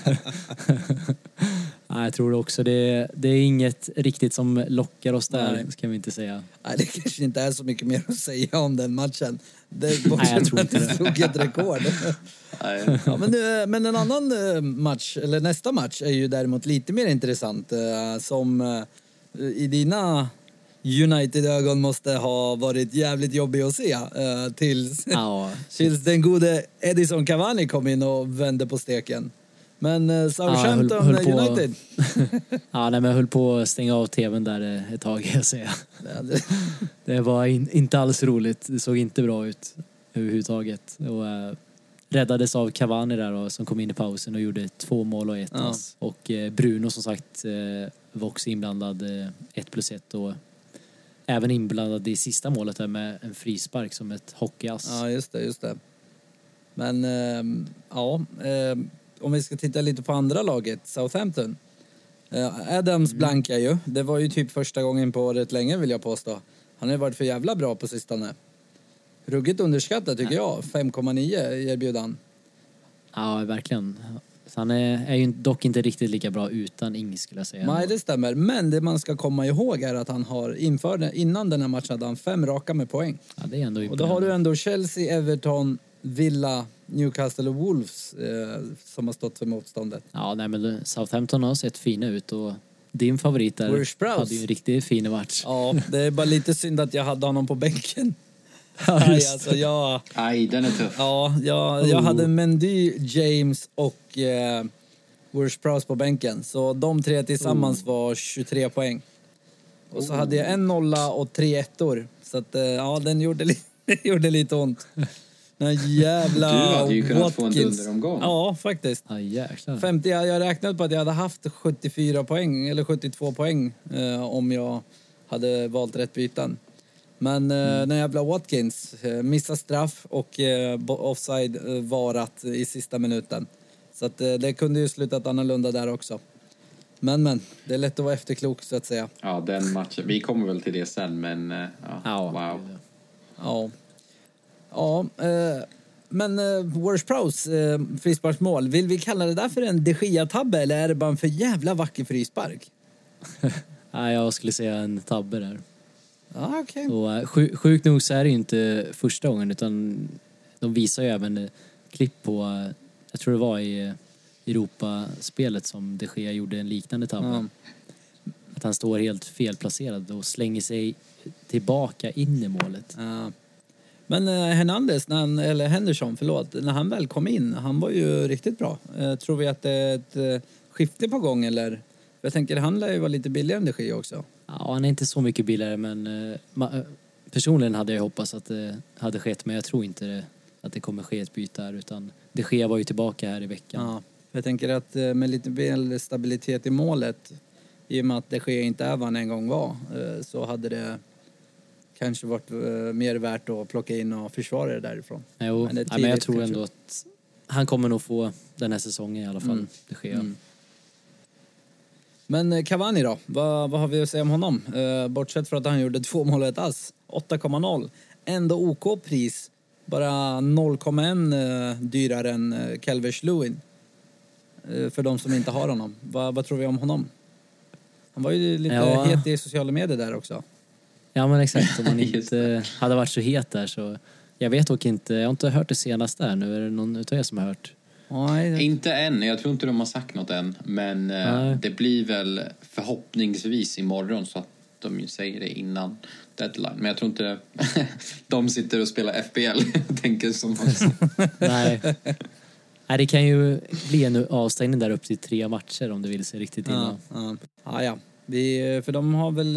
Ja, jag tror också det är inget riktigt som lockar oss där, ska vi inte säga. Nej, det kanske inte är så mycket mer att säga om den matchen. Nej, jag tror inte det. Slog ett rekord. Ja, men en annan match, eller nästa match, är ju däremot lite mer intressant. Som i dina United-ögon måste ha varit jävligt jobbig att se. Tills den gode Edison Cavani kom in och vände på steken. Men Southampton United. Ja, nej, men jag höll på att stänga av tvn där ett tag, jag säga. Det var inte alls roligt. Det såg inte bra ut överhuvudtaget. Och räddades av Cavani där och, som kom in i pausen och gjorde 2 mål och 1 ass. Och Bruno som sagt var också inblandad 1+1 och även inblandad i sista målet där med en frispark som ett hockeyass. Ja, just det. Men om vi ska titta lite på andra laget, Southampton. Adams blankar ju. Det var ju typ första gången på rätt länge, vill jag påstå. Han har ju varit för jävla bra på sistone. Ruggigt underskattat tycker jag. 5,9 erbjudan. Ja, verkligen. Så han är ju dock inte riktigt lika bra utan Ings, skulle jag säga. Nej, det stämmer. Men det man ska komma ihåg är att han har innan den här matchen hade han 5 raka med poäng. Ja, det är ändå och då har du ändå Chelsea, Everton, Villa, Newcastle och Wolves som har stått för motståndet. Ja, nej, men Southampton har sett fina ut och din favorit där hade ju en riktigt fin match. Ja, det är bara lite synd att jag hade honom på bänken. Nej, den är tuff. Ja, jag hade Mendy, James och Ward-Prowse på bänken. Så de 3 tillsammans var 23 poäng. Och så hade jag 1-0 och 3 ettor. Så att den gjorde lite ont. Den jävla du hade ju kunnat Watkins. Få en dunderomgång. Ja, faktiskt. Ja, jäklar. 50, jag räknade på att jag hade haft 74 poäng eller 72 poäng om jag hade valt rätt byten. Men den jävla Watkins missade straff och offside varat i sista minuten. Så att det kunde ju slutat annorlunda där också. Men det är lätt att vara efterklok så att säga. Ja, den matchen. Vi kommer väl till det sen, men wow. Ja, men Ward-Prowse frisparksmål. Vill vi kalla det där för en de Gia-tabbe eller är det bara en för jävla vacker frispark? Nej, jag skulle säga en tabbe där. Ah, okay. Och sjukt nog så är det ju inte första gången, utan de visar ju även klipp på, jag tror det var i Europaspelet som de Gea gjorde en liknande tabbe. Att han står helt felplacerad och slänger sig tillbaka in i målet. Men Henderson, när han väl kom in, han var ju riktigt bra. Tror vi att det är ett skifte på gång eller? Jag tänker han lär ju vara lite billigare än de Gea också. Ja, han är inte så mycket billigare, men personligen hade jag hoppats att det hade skett, men jag tror inte att det kommer ske ett byte här, utan de Gea var ju tillbaka här i veckan. Ja, jag tänker att med lite väl stabilitet i målet, i och med att de Gea inte är vad han en gång var, så hade det kanske varit mer värt att plocka in och försvara det därifrån. Jo, men jag tror ändå att han kommer nog få den här säsongen i alla fall, de Gea. Men Cavani då? Vad har vi att säga om honom? Bortsett från att han gjorde 2 mål och ett ass. 8,0. Ändå OK-pris. Bara 0,1 dyrare än Calvert-Lewin. För de som inte har honom. Vad tror vi om honom? Han var ju lite het i sociala medier där också. Ja, men exakt. Om man inte hade varit så het där så... Jag vet dock inte, jag har inte hört det senast där nu. Är det någon utav er som har hört? Nej. Inte än, jag tror inte de har sagt något än. Men det blir väl förhoppningsvis imorgon så att de ju säger det innan deadline. Men jag tror inte de sitter och spelar FBL tänker som oss. Nej, det kan ju bli en avstängning där upp till 3 matcher om det vill sig riktigt innan. Ja. För de har väl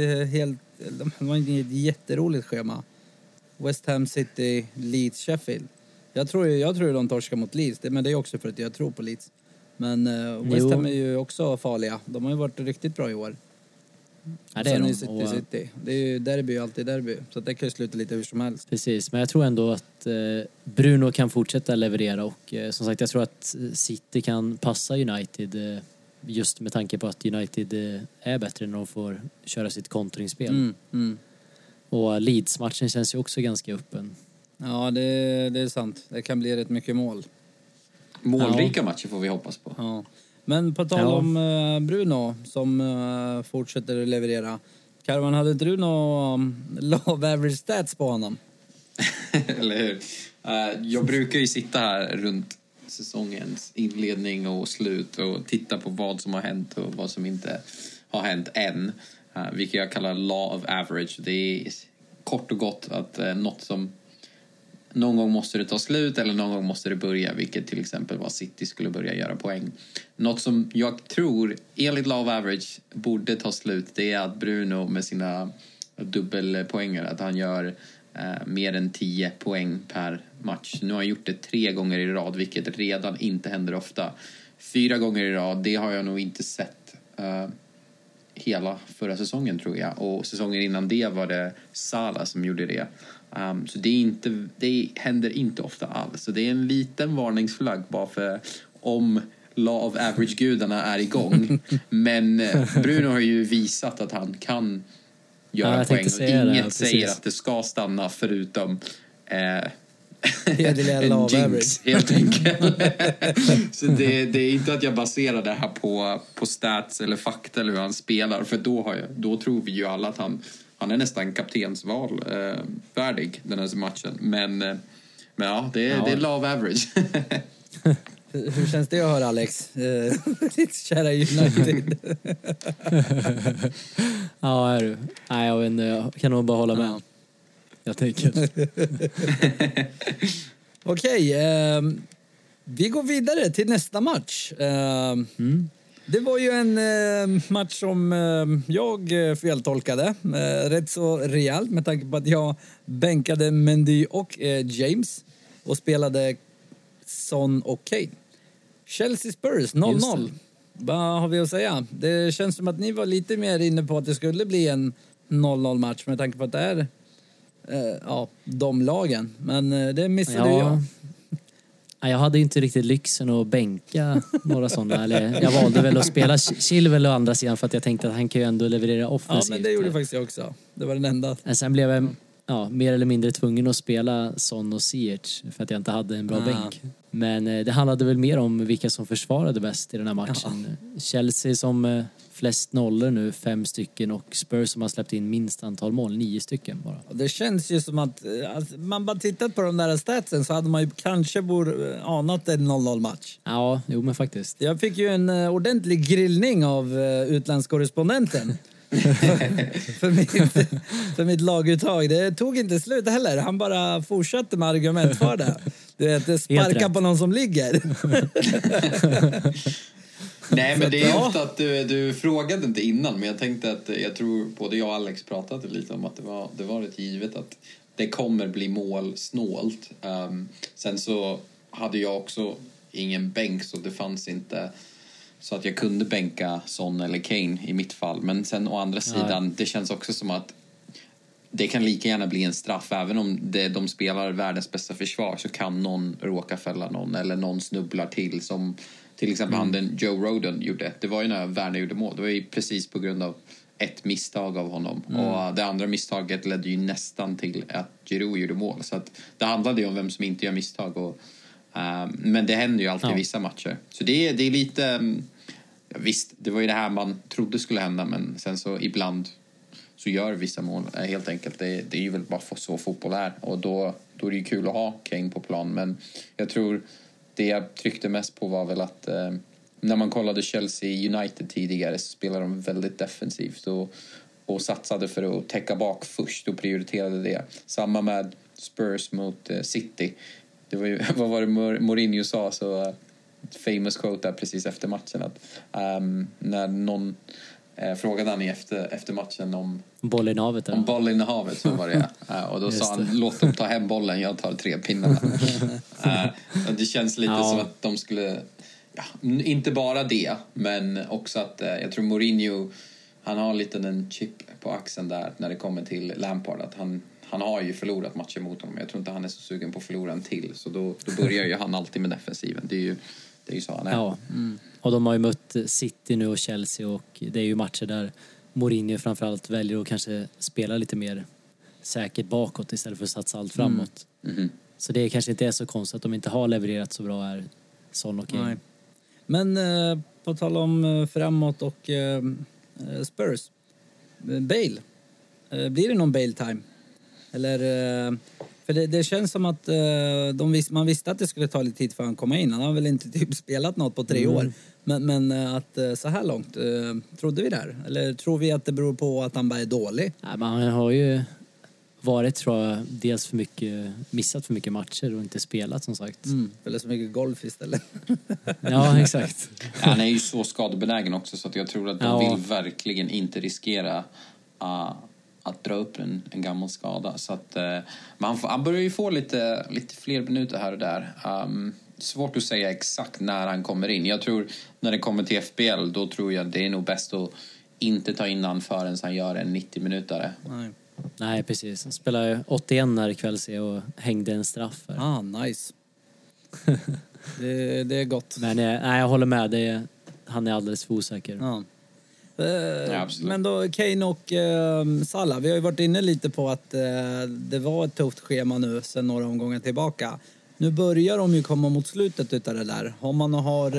de har ett jätteroligt schema. West Ham City, Leeds, Sheffield. Jag tror de torskar mot Leeds, men det är också för att jag tror på Leeds. Men West Ham är ju också farliga. De har ju varit riktigt bra i år. Ja, det är de. City. Det är ju derby, alltid derby. Så det kan ju sluta lite hur som helst. Precis, men jag tror ändå att Bruno kan fortsätta leverera. Och som sagt, jag tror att City kan passa United. Just med tanke på att United är bättre när de får köra sitt kontringsspel. Och Leeds-matchen känns ju också ganska öppen. Ja, det är sant. Det kan bli rätt mycket mål. Målrika matcher får vi hoppas på. Ja. Men på tal om Bruno som fortsätter att leverera. Karvan, hade inte du någon love average stats på honom? Eller hur? Jag brukar ju sitta här runt säsongens inledning och slut och titta på vad som har hänt och vad som inte har hänt än. Vilket jag kallar law of average. Det är kort och gott att något som någon gång måste det ta slut eller någon gång måste det börja, vilket till exempel var City skulle börja göra poäng. Något som jag tror enligt law of average borde ta slut, det är att Bruno med sina dubbelpoänger, att han gör mer än 10 poäng per match. Nu har han gjort det 3 gånger i rad, vilket redan inte händer ofta. 4 gånger i rad, det har jag nog inte sett hela förra säsongen tror jag. Och säsongen innan det var det Salah som gjorde det. Så det händer inte ofta alls. Så det är en liten varningsflagg bara för om law of average-gudarna är igång. Men Bruno har ju visat att han kan göra poäng. Och inget säger att det ska stanna förutom en jinx, helt enkelt. Så det är inte att jag baserar det här på stats eller fakta eller hur han spelar. För då tror vi ju alla att han är nästan kaptensval värdig den här matchen. Men ja, det är love average. Hur känns det att höra, Alex? Ditt kära United. Ja, är du. Nej, jag kan nog bara hålla med. Jag tänker. Okej, vi går vidare till nästa match. Det var ju en match som jag feltolkade rätt så rejält med tanke på att jag bänkade Mendy och James och spelade Son och Kane. Chelsea Spurs 0-0. Vad har vi att säga? Det känns som att ni var lite mer inne på att det skulle bli en 0-0 match med tanke på att det är de lagen. Men det missade jag. Jag hade inte riktigt lyxen att bänka några sådana. Eller jag valde väl att spela Chilwell å andra sidan för att jag tänkte att han kan ju ändå leverera offensivt. Ja, men det gjorde faktiskt jag också. Det var den enda. Sen blev jag mer eller mindre tvungen att spela Son och Ziyech för att jag inte hade en bra bänk. Men det handlade väl mer om vilka som försvarade bäst i den här matchen. Chelsea som flest nollor nu, 5 stycken, och Spurs som har släppt in minst antal mål, 9 stycken bara. Det känns ju som att man bara tittat på de där statsen så hade man ju kanske anat en 0-0 match. Ja, jo men faktiskt. Jag fick ju en ordentlig grillning av utlandskorrespondenten. för mitt laguttag. Det tog inte slut heller. Han bara fortsatte med argument för det. Det sparkar på någon som ligger. Nej, men det är ofta att du frågade inte innan, men jag tänkte att jag tror både jag och Alex pratade lite om att det var rätt givet att det kommer bli målsnålt. Sen så hade jag också ingen bänk, så det fanns inte så att jag kunde bänka Son eller Kane i mitt fall. Men sen å andra sidan, det känns också som att det kan lika gärna bli en straff. Även om de spelar världens bästa försvar så kan någon råka fälla någon eller någon snubblar till till exempel han den Joe Rodon gjorde. Det var ju när Werner gjorde mål. Det var ju precis på grund av ett misstag av honom. Och det andra misstaget ledde ju nästan till att Giroud gjorde mål. Så att det handlade ju om vem som inte gör misstag. Men det händer ju alltid i vissa matcher. Så det är lite... visst, det var ju det här man trodde skulle hända. Men sen så ibland så gör vissa mål helt enkelt. Det är ju väl bara så fotboll är. Och då är det ju kul att ha Kane på plan. Men jag tror det jag tryckte mest på var väl att... när man kollade Chelsea United tidigare så spelade de väldigt defensivt och satsade för att täcka bak först och prioriterade det. Samma med Spurs mot City. Det var ju, vad var det Mourinho sa, så famous quote där precis efter matchen, att när någon frågade han efter matchen om bollinnehavet. Om bollinnehavet, så var det. Och då sa han, låt dem ta hem bollen, jag tar 3 pinnarna. Det känns lite som att de skulle... Ja, inte bara det, men också att jag tror Mourinho, han har lite en chip på axeln där när det kommer till Lampard, att han har ju förlorat matcher mot honom. Jag tror inte han är så sugen på att förlora en till, så då börjar ju han alltid med defensiven. Det är ju så han är. Ja. Och de har ju mött City nu och Chelsea, och det är ju matcher där Mourinho framförallt väljer att kanske spela lite mer säkert bakåt istället för att satsa allt framåt. Så det kanske inte är så konstigt att de inte har levererat så bra här, Son och Kane. Men på tal om framåt och Spurs, Bale, blir det någon Bale-time? Eller, för det känns som att man visste att det skulle ta lite tid för han komma in. Han har väl inte typ spelat något på 3 år. Men att så här långt, trodde vi där? Eller tror vi att det beror på att han bara är dålig? Nej, men han har ju varit, tror jag, dels missat för mycket matcher och inte spelat, som sagt. Eller så mycket golf istället. Ja, exakt. Han är ju så skadebenägen också, så att jag tror att de vill verkligen inte riskera att dra upp en gammal skada. Så att han börjar ju få lite fler minuter här och där. Svårt att säga exakt när han kommer in. Jag tror när det kommer till FBL, då tror jag det är nog bäst att inte ta in han förrän han gör en 90-minutare. Nej, precis. Han spelade 81 när ikväll och hängde en straff här. Nice. det är gott. Men jag håller med. Han är alldeles för osäker. Ja. Men då Kane och Salah, vi har ju varit inne lite på att det var ett tufft schema nu sedan några omgångar tillbaka. Nu börjar de ju komma mot slutet utav det där. Om man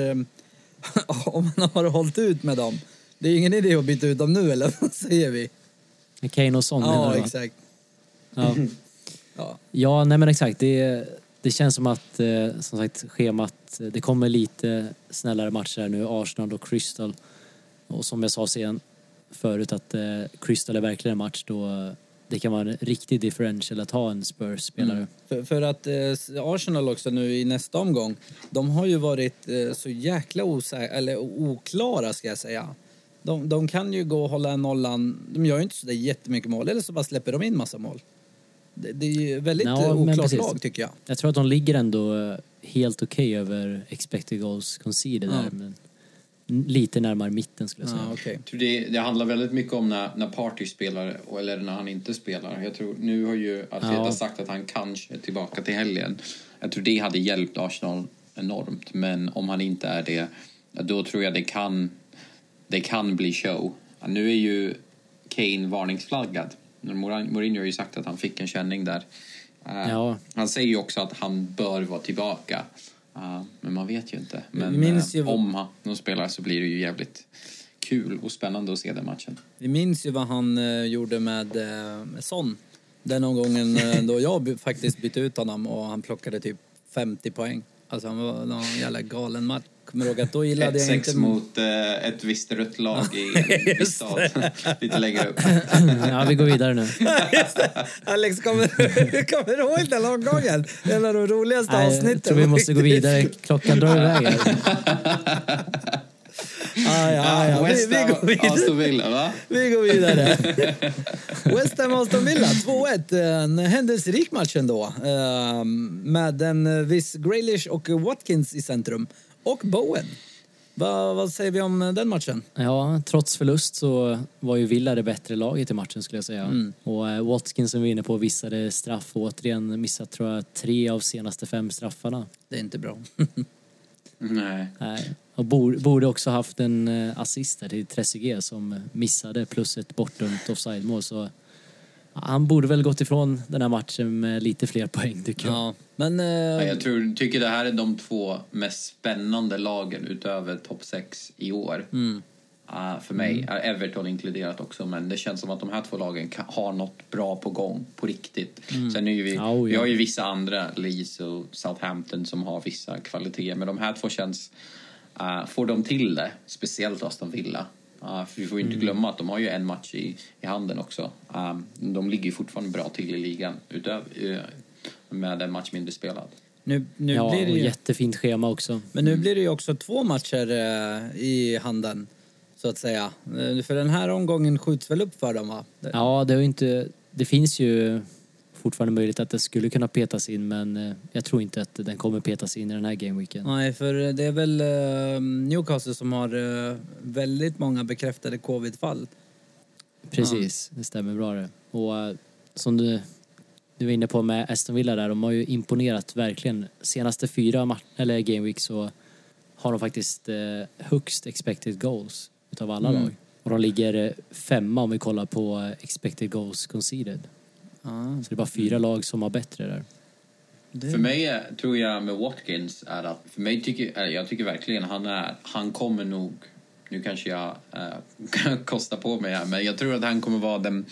har hållit ut med dem. Det är ingen idé att byta ut dem nu, eller vad säger vi? Kane och Son. Ja, exakt. Ja, nej men exakt. Det känns som att, som sagt, schemat, det kommer lite snällare matcher här nu. Arsenal och Crystal. Och som jag sa sen förut, att Crystal är verkligen en match då det kan vara en riktig differential att ha en Spurs-spelare. För att Arsenal också nu i nästa omgång, de har ju varit så jäkla oklara, ska jag säga. De kan ju gå och hålla en nollan. De gör ju inte så där jättemycket mål, eller så bara släpper de in massa mål. Det är ju väldigt oklart lag, tycker jag. Jag tror att de ligger ändå helt okej över expected goals conceded där, men lite närmare mitten, skulle jag säga. Okay. Jag tror det handlar väldigt mycket om när Partey spelar eller när han inte spelar. Jag tror, nu har ju Arteta sagt att han kanske är tillbaka till helgen. Jag tror det hade hjälpt Arsenal enormt. Men om han inte är det, då tror jag det kan bli show. Nu är ju Kane varningsflaggad. Mourinho har ju sagt att han fick en känning där. Han säger ju också att han bör vara tillbaka. Men man vet ju inte. Men om de spelar så blir det ju jävligt kul och spännande att se den matchen. Vi minns ju vad han gjorde med Son. Den omgången då jag faktiskt bytte ut honom och han plockade typ 50 poäng. Alltså han var någon jävla galen match. Kommer ihåg att då gillade jag inte... 1-6 mot ett visst rött lag i en stad. Lite längre upp. Ja, vi går vidare nu. Alex, kommer du ihåg den omgången? En av de roligaste avsnitten. Jag tror vi måste gå vidare. Klockan drar iväg här. Vi går vidare. Aston Villa, va? Vi går vidare. West Ham Aston Villa 2-1. En händelserik match ändå. Med en viss Grealish och Watkins i centrum. Och Bowen. Vad säger vi om den matchen? Ja, trots förlust så var ju Villa det bättre laget i matchen, skulle jag säga. Och Watkins, som vi är inne på, visade straff. Återigen missat, tror jag, 3 av senaste 5 straffarna. Det är inte bra. Nej. Och borde också haft en assist där till Trezeguet som missade plus ett bortdömt offside-mål. Så han borde väl gått ifrån den här matchen med lite fler poäng, tycker jag. Ja, men, jag tycker det här är de 2 mest spännande lagen utöver topp 6 i år. För mig är Everton inkluderat också, men det känns som att de här 2 lagen har något bra på gång på riktigt. Sen är vi har ju vissa andra, Leeds och Southampton, som har vissa kvaliteter, men de här 2 känns får de till det, speciellt Aston Villa. För vi får ju inte glömma att de har ju en match i handen också. De ligger ju fortfarande bra till i ligan utöver med en match mindre spelad. Nu blir det ju jättefint schema också. Men nu blir det ju också 2 matcher i handen, så att säga. För den här omgången skjuts väl upp för dem, va? Ja, det finns ju fortfarande möjligt att det skulle kunna petas in, men jag tror inte att den kommer petas in i den här gameweeken. Nej, för det är väl Newcastle som har väldigt många bekräftade covid-fall. Precis, det stämmer bra det. Och som du var inne på med Aston Villa där, de har ju imponerat verkligen. Senaste 4 gameweek så har de faktiskt högst expected goals utav alla lag. Och de ligger 5 om vi kollar på expected goals conceded. Så det är bara 4 lag som har bättre där. För mig tror jag med Watkins är att, för mig jag tycker verkligen han kommer nog, nu kanske jag kostar på mig här, men jag tror att han kommer vara den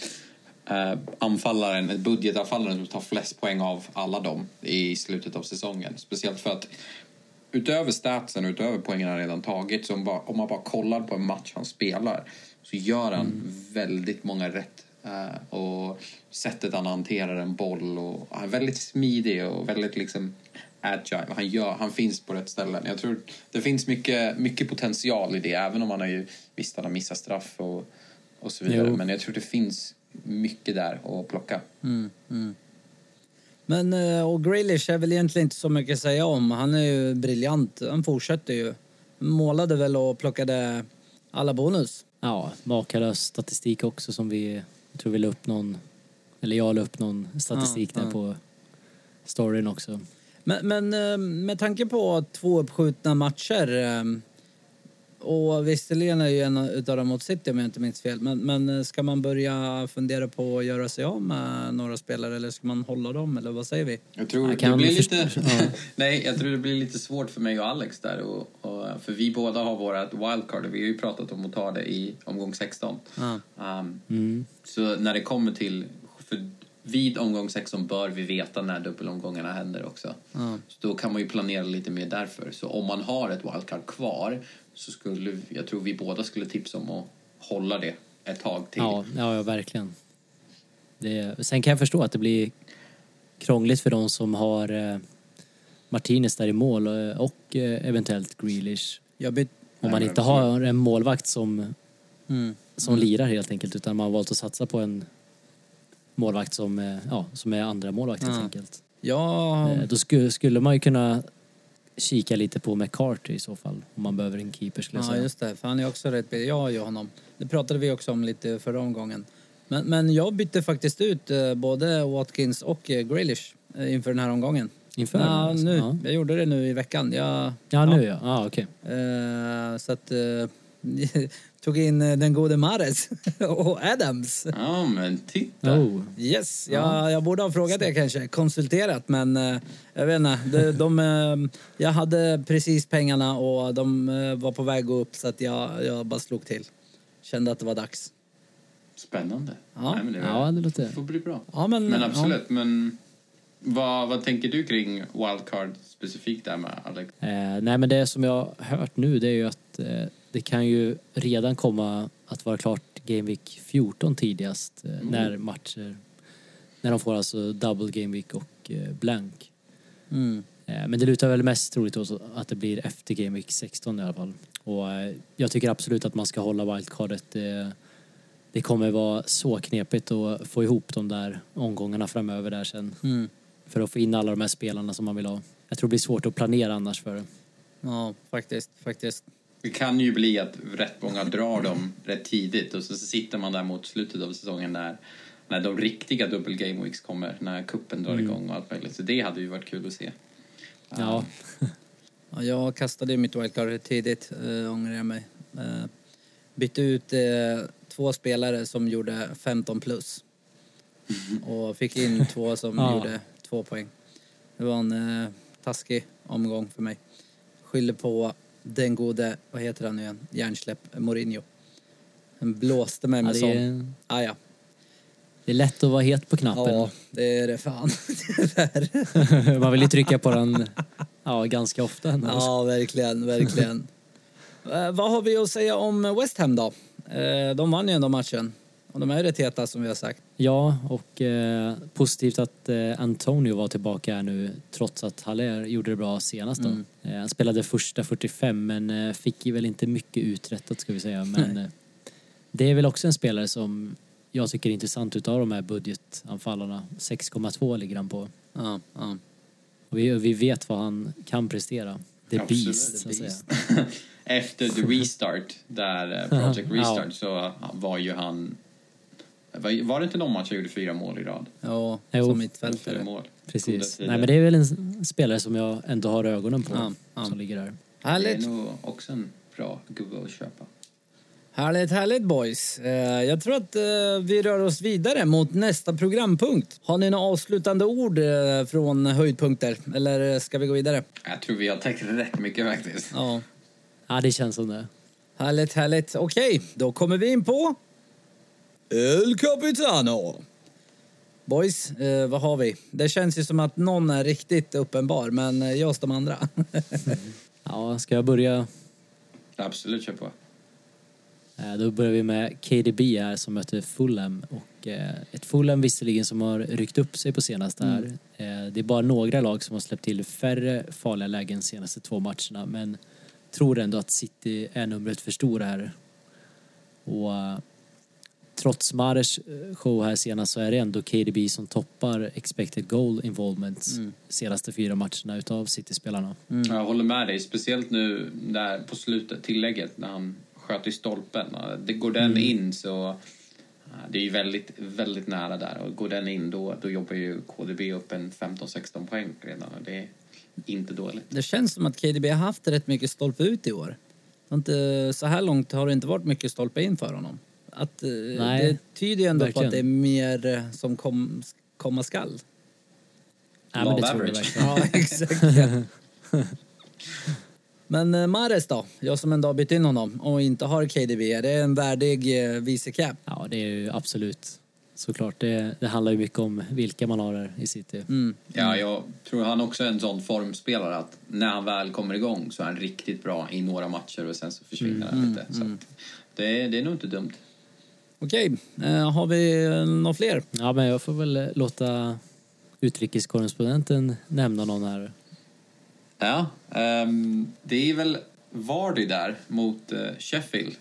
budgetanfallaren som tar flest poäng av alla dem i slutet av säsongen. Speciellt för att utöver statsen och utöver poängen han redan tagit, så om man bara kollar på en match han spelar, så gör han väldigt många rätt. Och sättet han hanterar en boll, och han är väldigt smidig och väldigt liksom agile. Han finns på rätt ställen. Jag tror det finns mycket potential i det, även om han har ju visst han har missat straff och så vidare. Men jag tror det finns mycket där att plocka. Men och Grealish är väl egentligen inte så mycket att säga om. Han är ju briljant. Han fortsätter ju. Målade väl och plockade alla bonus. Ja, makalös statistik också, som jag tror vi la upp jag la upp någon statistik där på storyn också. Men med tanke på 2 uppskjutna matcher, och visserligen är ju en utav dem mot City om jag inte minns fel, men ska man börja fundera på att göra sig av med några spelare, eller ska man hålla dem, eller vad säger vi? Jag tror det blir lite nej, jag tror det blir lite svårt för mig och Alex där, och för vi båda har vårat wildcard, och vi har ju pratat om att ta det i omgång 16. Så när det kommer till, för vid omgång 16 bör vi veta när dubbelomgångarna händer också. Så då kan man ju planera lite mer därför. Så om man har ett wildcard kvar, så jag tror vi båda skulle tipsa om att hålla det ett tag till. Ja, verkligen. Sen kan jag förstå att det blir krångligt för de som har Martinez där i mål och eventuellt Grealish. Om man inte har en målvakt som lirar helt enkelt, utan man har valt att satsa på en målvakt som är andra målvakt helt enkelt. Ja. Då skulle man ju kunna kika lite på McCarthy i så fall, om man behöver en keeper, skulle jag säga. Ja, just det, för han är också rätt bra. Jag har ju honom. Det pratade vi också om lite förra omgången. Men jag bytte faktiskt ut både Watkins och Grealish inför den här omgången. Nu. Ja. Jag gjorde det nu i veckan. Okej. Så att tog in den gode Mahrez och Adams. Ja, men titta. Yes, jag borde ha frågat det kanske, konsulterat, men jag vet inte. Jag hade precis pengarna och de var på väg upp, så att jag bara slog till. Kände att det var dags. Spännande. Ja, nej, men det får bli bra. Ja, men absolut, men vad tänker du kring wildcard specifikt där med Alex? Nej, men det som jag har hört nu, det är ju att det kan ju redan komma att vara klart Game Week 14 tidigast, när de får alltså double Game Week och blank. Men det lutar väl mest troligt också att det blir efter Game Week 16 i alla fall. Och jag tycker absolut att man ska hålla wildcardet. Det kommer vara så knepigt att få ihop de där omgångarna framöver där sen. För att få in alla de här spelarna som man vill ha. Jag tror det blir svårt att planera annars för det. Ja, faktiskt. Det kan ju bli att rätt många drar dem rätt tidigt, och så sitter man där mot slutet av säsongen när de riktiga double game weeks kommer, när kuppen drar igång och allt möjligt. Så det hade ju varit kul att se. Ja. Ja, jag kastade mitt wildcard tidigt, ångrar jag mig. Bytte ut 2 spelare som gjorde 15 plus. Och fick in 2 som gjorde 2 poäng. Det var en taskig omgång för mig. Skyller på den gode, vad heter han nu igen? Hjärnsläpp Mourinho. Han blåste mig med sån. Ja. Det är lätt att vara het på knappen. Ja, det är det fan. Man vill ju trycka på den ganska ofta. Ja, verkligen. Vad har vi att säga om West Ham då? De vann ju ändå matchen. Och de är ju rätt heta som vi har sagt. Ja, och positivt att Antonio var tillbaka här nu trots att Haller gjorde det bra senast då. Han spelade första 45 men fick ju väl inte mycket uträttat ska vi säga. Men det är väl också en spelare som jag tycker är intressant utav de här budgetanfallarna. 6,2 ligger han på. Ja. Och vi vet vad han kan prestera. Det är beast, så att säga. Efter The Restart, där Project Restart, så var ju han... Var det inte någon match jag gjorde 4 mål i rad? Ja, som mittfältare. Precis. Nej, men det är väl en spelare som jag ändå har ögonen på som ligger där. Härligt. Det är nog också en bra gubbe att köpa. Härligt boys. Jag tror att vi rör oss vidare mot nästa programpunkt. Har ni några avslutande ord från höjdpunkter? Eller ska vi gå vidare? Jag tror vi har täckt rätt mycket faktiskt. Ja, det känns som det. Härligt. Okej, då kommer vi in på El Capitano. Boys, vad har vi? Det känns ju som att någon är riktigt uppenbar, men ge oss de andra. Ja, ska jag börja? Absolut, kör på. Då börjar vi med KDB här som möter Fulham. Och ett Fulham visserligen som har ryckt upp sig på senaste här. Det är bara några lag som har släppt till färre farliga lägen senaste 2 matcherna. Men tror ändå att City är numret för stora här. Och trots Mahrez show här senast så är det ändå KDB som toppar expected goal involvement senaste 4 matcherna utav City-spelarna. Jag håller med dig, speciellt nu där på slutet, tillägget när han sköt i stolpen. Det går den in så det är ju väldigt, väldigt nära där. Och går den in då jobbar ju KDB upp en 15-16 poäng redan. Och det är inte dåligt. Det känns som att KDB har haft rätt mycket stolpe ut i år. Så här långt har det inte varit mycket stolpe in för honom. Det tyder ju ändå verkligen på att det är mer som komma skall. Ja, men det tror jag verkligen. Ja, exakt. Men Mahrez då? Jag som ändå har bytt in honom och inte har KDB. Är det en värdig vice-cap? Ja, det är ju absolut. Såklart. Det handlar ju mycket om vilka man har där i City. Ja, jag tror han också är en sån formspelare att när han väl kommer igång så är han riktigt bra i några matcher och sen så försvinner han lite. Så att det är nog inte dumt. Okej, har vi några fler? Ja, men jag får väl låta utrikeskorrespondenten nämna någon här. Ja, det är väl Vardy där mot Sheffield.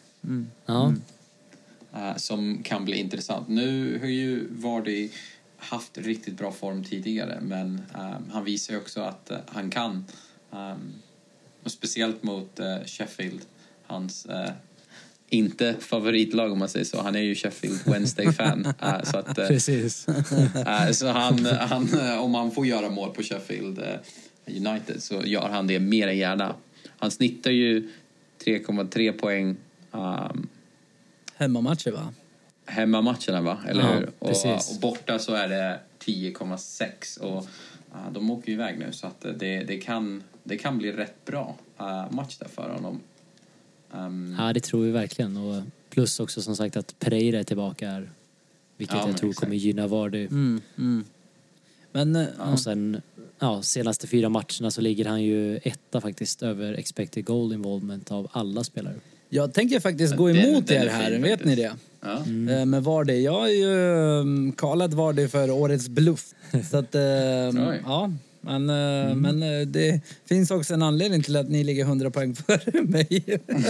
Som kan bli intressant. Nu har ju Vardy haft riktigt bra form tidigare, men han visar ju också att han kan. Och speciellt mot Sheffield, hans inte favoritlag om man säger så. Han är ju Sheffield Wednesday-fan. Så att, precis. Så han, om han får göra mål på Sheffield United så gör han det mer än gärna. Han snittar ju 3,3 poäng. Hemmamatcher va? Hemmamatcherna va? Eller hur? Precis. Och borta så är det 10,6. Och de åker ju iväg nu så att det kan bli rätt bra match där för honom. Ja, det tror vi verkligen. Och plus också som sagt att Pereira är tillbaka här. Vilket jag tror kommer gynna Vardy. Men, och sen senaste 4 matcherna så ligger han ju etta faktiskt över expected goal involvement av alla spelare. Jag tänker faktiskt gå emot er här, vet faktiskt. Ni det? Ja. Med Vardy. Jag har ju kallat Vardy för årets bluff. Så att, ja. Men det finns också en anledning till att ni ligger 100 poäng före mig.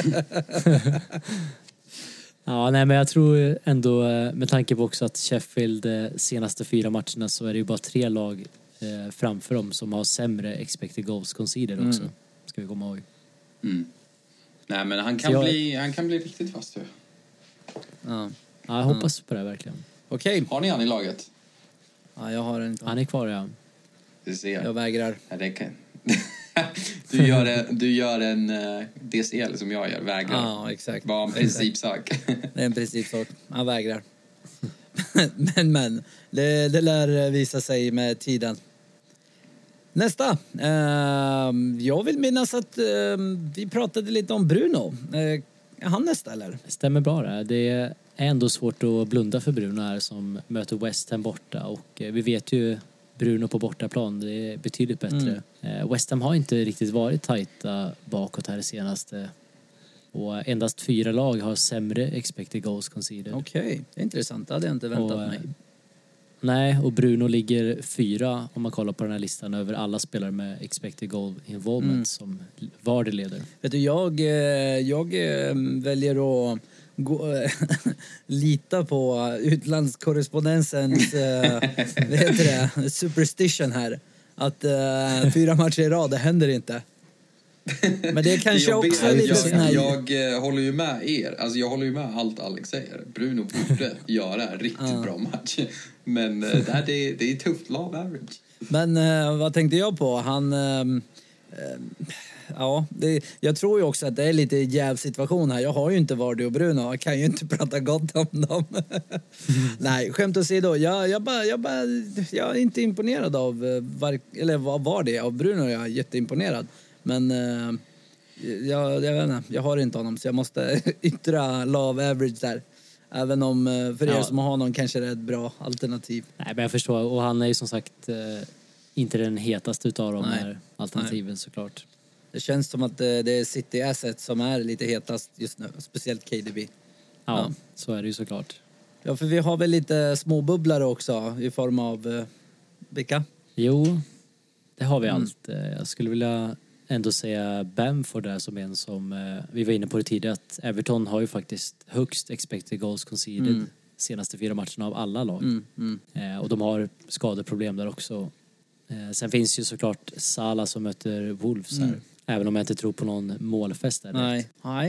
Ja, nej, men jag tror ändå med tanke på också att Sheffield senaste 4 matcherna så är det ju bara 3 lag framför dem som har sämre expected goals conceded också. Ska vi komma ihåg. Nej, men han kan bli riktigt fast ju. Ja, jag hoppas på det verkligen. Okej. Har ni han i laget? Ja, jag har en. Han är kvar, ja. Det ser jag vägrar. Ja, det kan. Du gör en DCL som jag gör, vägrar. Ja, exakt. Bara en principsak. Det är en principsak. Han vägrar. men det lär visa sig med tiden. Nästa. Jag vill minnas att vi pratade lite om Bruno. Är han nästa eller? Stämmer bra det. Det är ändå svårt att blunda för Bruno här som möter West Ham borta. Och vi vet ju Bruno på bortaplan, det är betydligt bättre. West Ham har inte riktigt varit tajta bakåt här det senaste. Och endast 4 lag har sämre expected goals conceded. Okej, det är intressant. Det hade jag inte väntat mig. Nej, och Bruno ligger 4 om man kollar på den här listan över alla spelare med expected goal involvement som Vardy leder. Vet du, jag väljer att lita på utlandskorrespondensens superstition här. Att 4 matcher i rad, det händer inte. Men det är kanske också är lite snäll. Jag håller ju med er. Alltså jag håller ju med allt Alex säger. Bruno borde göra en riktigt bra match. Men det är tufft love average. Men vad tänkte jag på? Han... jag tror ju också att det är lite jävsituation här. Jag har ju inte Vardy och Bruno. Jag kan ju inte prata gott om dem. Nej, skämt åsido. Jag är inte imponerad av Vardy. Av Bruno jag är jätteimponerad. Men jag vet inte, jag har inte honom så jag måste yttra love average där. Även om för er som har honom kanske det är ett bra alternativ. Nej, men jag förstår. Och han är ju som sagt inte den hetaste utav de här alternativen såklart. Det känns som att det är City Asset som är lite hetast just nu. Speciellt KDB. Ja, så är det ju såklart. Ja, för vi har väl lite små bubblare också i form av vilka? Jo, det har vi allt. Jag skulle vilja ändå säga Bamford där som en som vi var inne på det tidigare att Everton har ju faktiskt högst expected goals conceded senaste 4 matcherna av alla lag. Och de har skadeproblem där också. Sen finns ju såklart Salah som möter Wolves här. Även om jag inte tror på någon målfest där. Nej.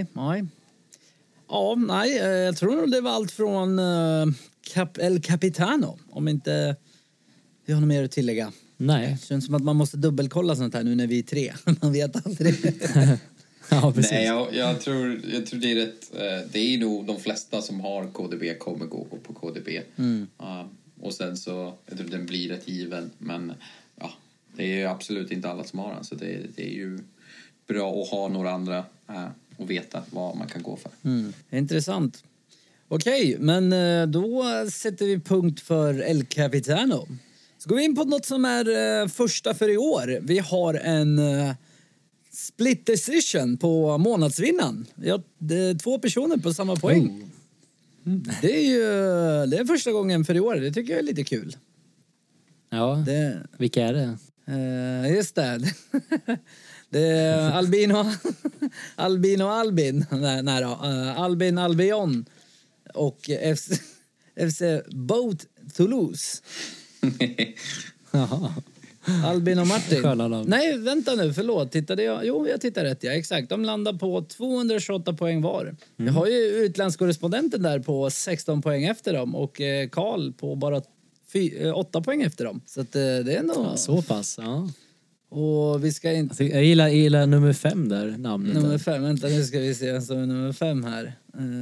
Ja, nej, jag tror nog det var allt från El Capitano. Om inte vi har något mer att tillägga. Nej. Det känns som att man måste dubbelkolla sånt här nu när vi är 3. Man vet aldrig. Ja, precis. Nej, jag tror det är rätt. Det är nog de flesta som har KDB kommer gå på KDB. Och sen så, jag tror den blir rätt given. Men ja, det är absolut inte alla som har den. Så det är ju bra att ha några andra och veta vad man kan gå för. Intressant. Okej, men då sätter vi punkt för El Capitano. Så går vi in på något som är första för i år. Vi har en split decision på månadsvinnaren. Det är 2 personer på samma poäng. Det är första gången för i år. Det tycker jag är lite kul. Ja, vilka är det? Just det. Det är Albin. Nej då. Albin Albion och FC Boat Toulouse. Jaha. Albin och Martin. Nej, vänta nu, förlåt. Tittade jag? Jo, jag tittar rätt. Ja, exakt. De landar på 228 poäng var. Jag har ju utlandskorrespondenten där på 16 poäng efter dem och Karl på bara 8 poäng efter dem. Så att, det är nog... Ja, så pass, ja. Och vi ska inte... Jag gillar nummer 5 där, namnet. Nummer 5, vänta nu ska vi se som är nummer 5 här.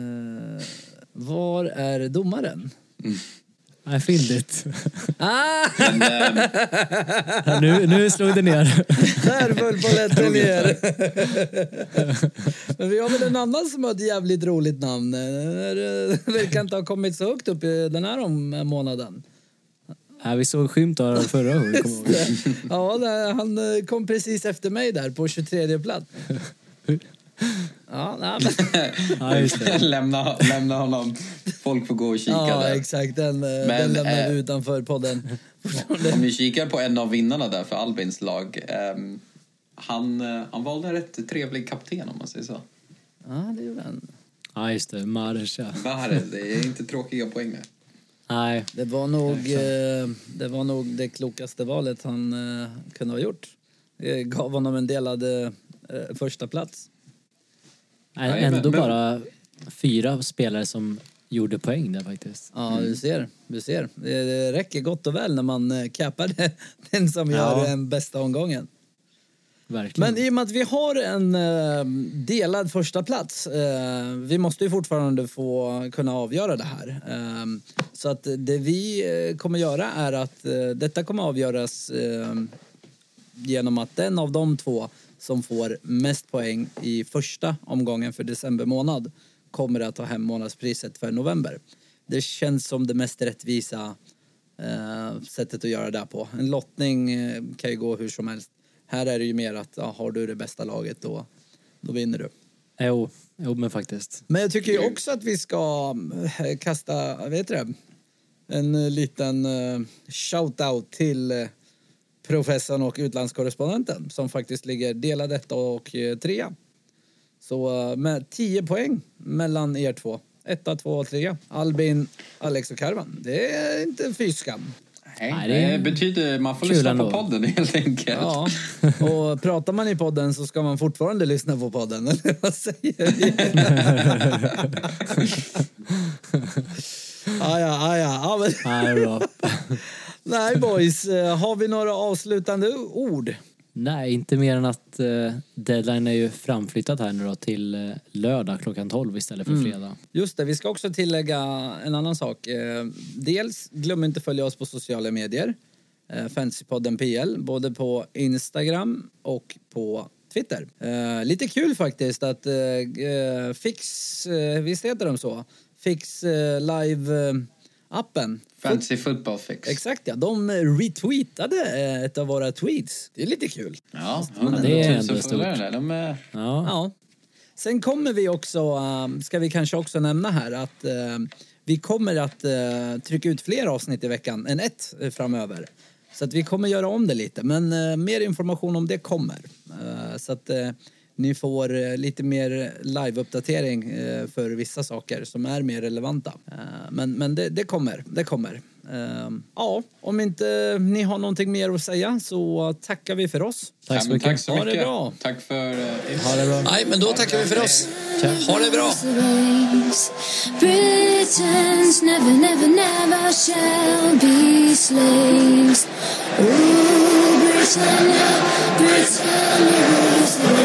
Var är domaren? Nej, fyndigt. Nu slog det ner. Där föll polletten ner. Men vi har väl en annan som har ett jävligt roligt namn. Det kan inte ha kommit så högt upp i den här månaden. Ja, vi såg skymt av förra året. Ja, han kom precis efter mig där på 23:e plats. Ja, nej, ja, just det. Lämna honom. Folk får gå och kika ja, där. Exakt, den lämnar vi utanför podden. Om vi kikar på en av vinnarna där för Albins lag. Han valde en rätt trevlig kapten om man säger så. Ja, det gjorde han. Ja, just det. Mahrez. Det är inte tråkiga poäng med. Nej. Det var nog det klokaste valet han kunde ha gjort. Det gav honom en delad första plats. Nej, ändå bara 4 spelare som gjorde poäng där faktiskt. Ja, du ser. Det räcker gott och väl när man cappar den som gör den bästa omgången. verkligen. Men i och med att vi har en delad första plats, vi måste ju fortfarande få kunna avgöra det här. Så att det vi kommer göra är att detta kommer avgöras genom att den av de två som får mest poäng i första omgången för december månad kommer att ta hem månadspriset för november. Det känns som det mest rättvisa sättet att göra det på. En lottning kan ju gå hur som helst. Här är det ju mer att har du det bästa laget då vinner du. Jo, men faktiskt. Men jag tycker ju också att vi ska kasta, en liten shout-out till professorn och utlandskorrespondenten som faktiskt ligger delad 1 och 3. Så med 10 poäng mellan er två. 1, 2 och 3. Albin, Alex och Karvan. Det är inte fyskam. Nej, det betyder man får lyssna på podden helt enkelt. Ja, och pratar man i podden så ska man fortfarande lyssna på podden. Eller vad säger vi? Ja, nej boys, har vi några avslutande ord? Nej, inte mer än att deadline är ju framflyttat här nu då till lördag klockan 12 istället för fredag. Just det, vi ska också tillägga en annan sak. Dels, glöm inte följa oss på sociala medier. Fantasypodden PL, både på Instagram och på Twitter. Lite kul faktiskt att Fix, visst heter de så? Fix Live-appen. Fantasy Football Fix. Exakt, ja. De retweetade ett av våra tweets. Det är lite kul. Ja, det är ändå stort. Ja. Sen kommer vi också, ska vi kanske också nämna här att vi kommer att trycka ut fler avsnitt i veckan än ett framöver. Så att vi kommer göra om det lite. Men mer information om det kommer. Så att ni får lite mer live-uppdatering för vissa saker som är mer relevanta. Men det kommer. Ja, om inte ni har någonting mer att säga så tackar vi för oss. Tack så mycket. Tack så mycket. Ha det bra. Tack för Ha det bra. Nej, men då tackar vi för oss. Ha det bra. Britons never, never, never shall be slaves. Oh, Britannia, Britannia rules the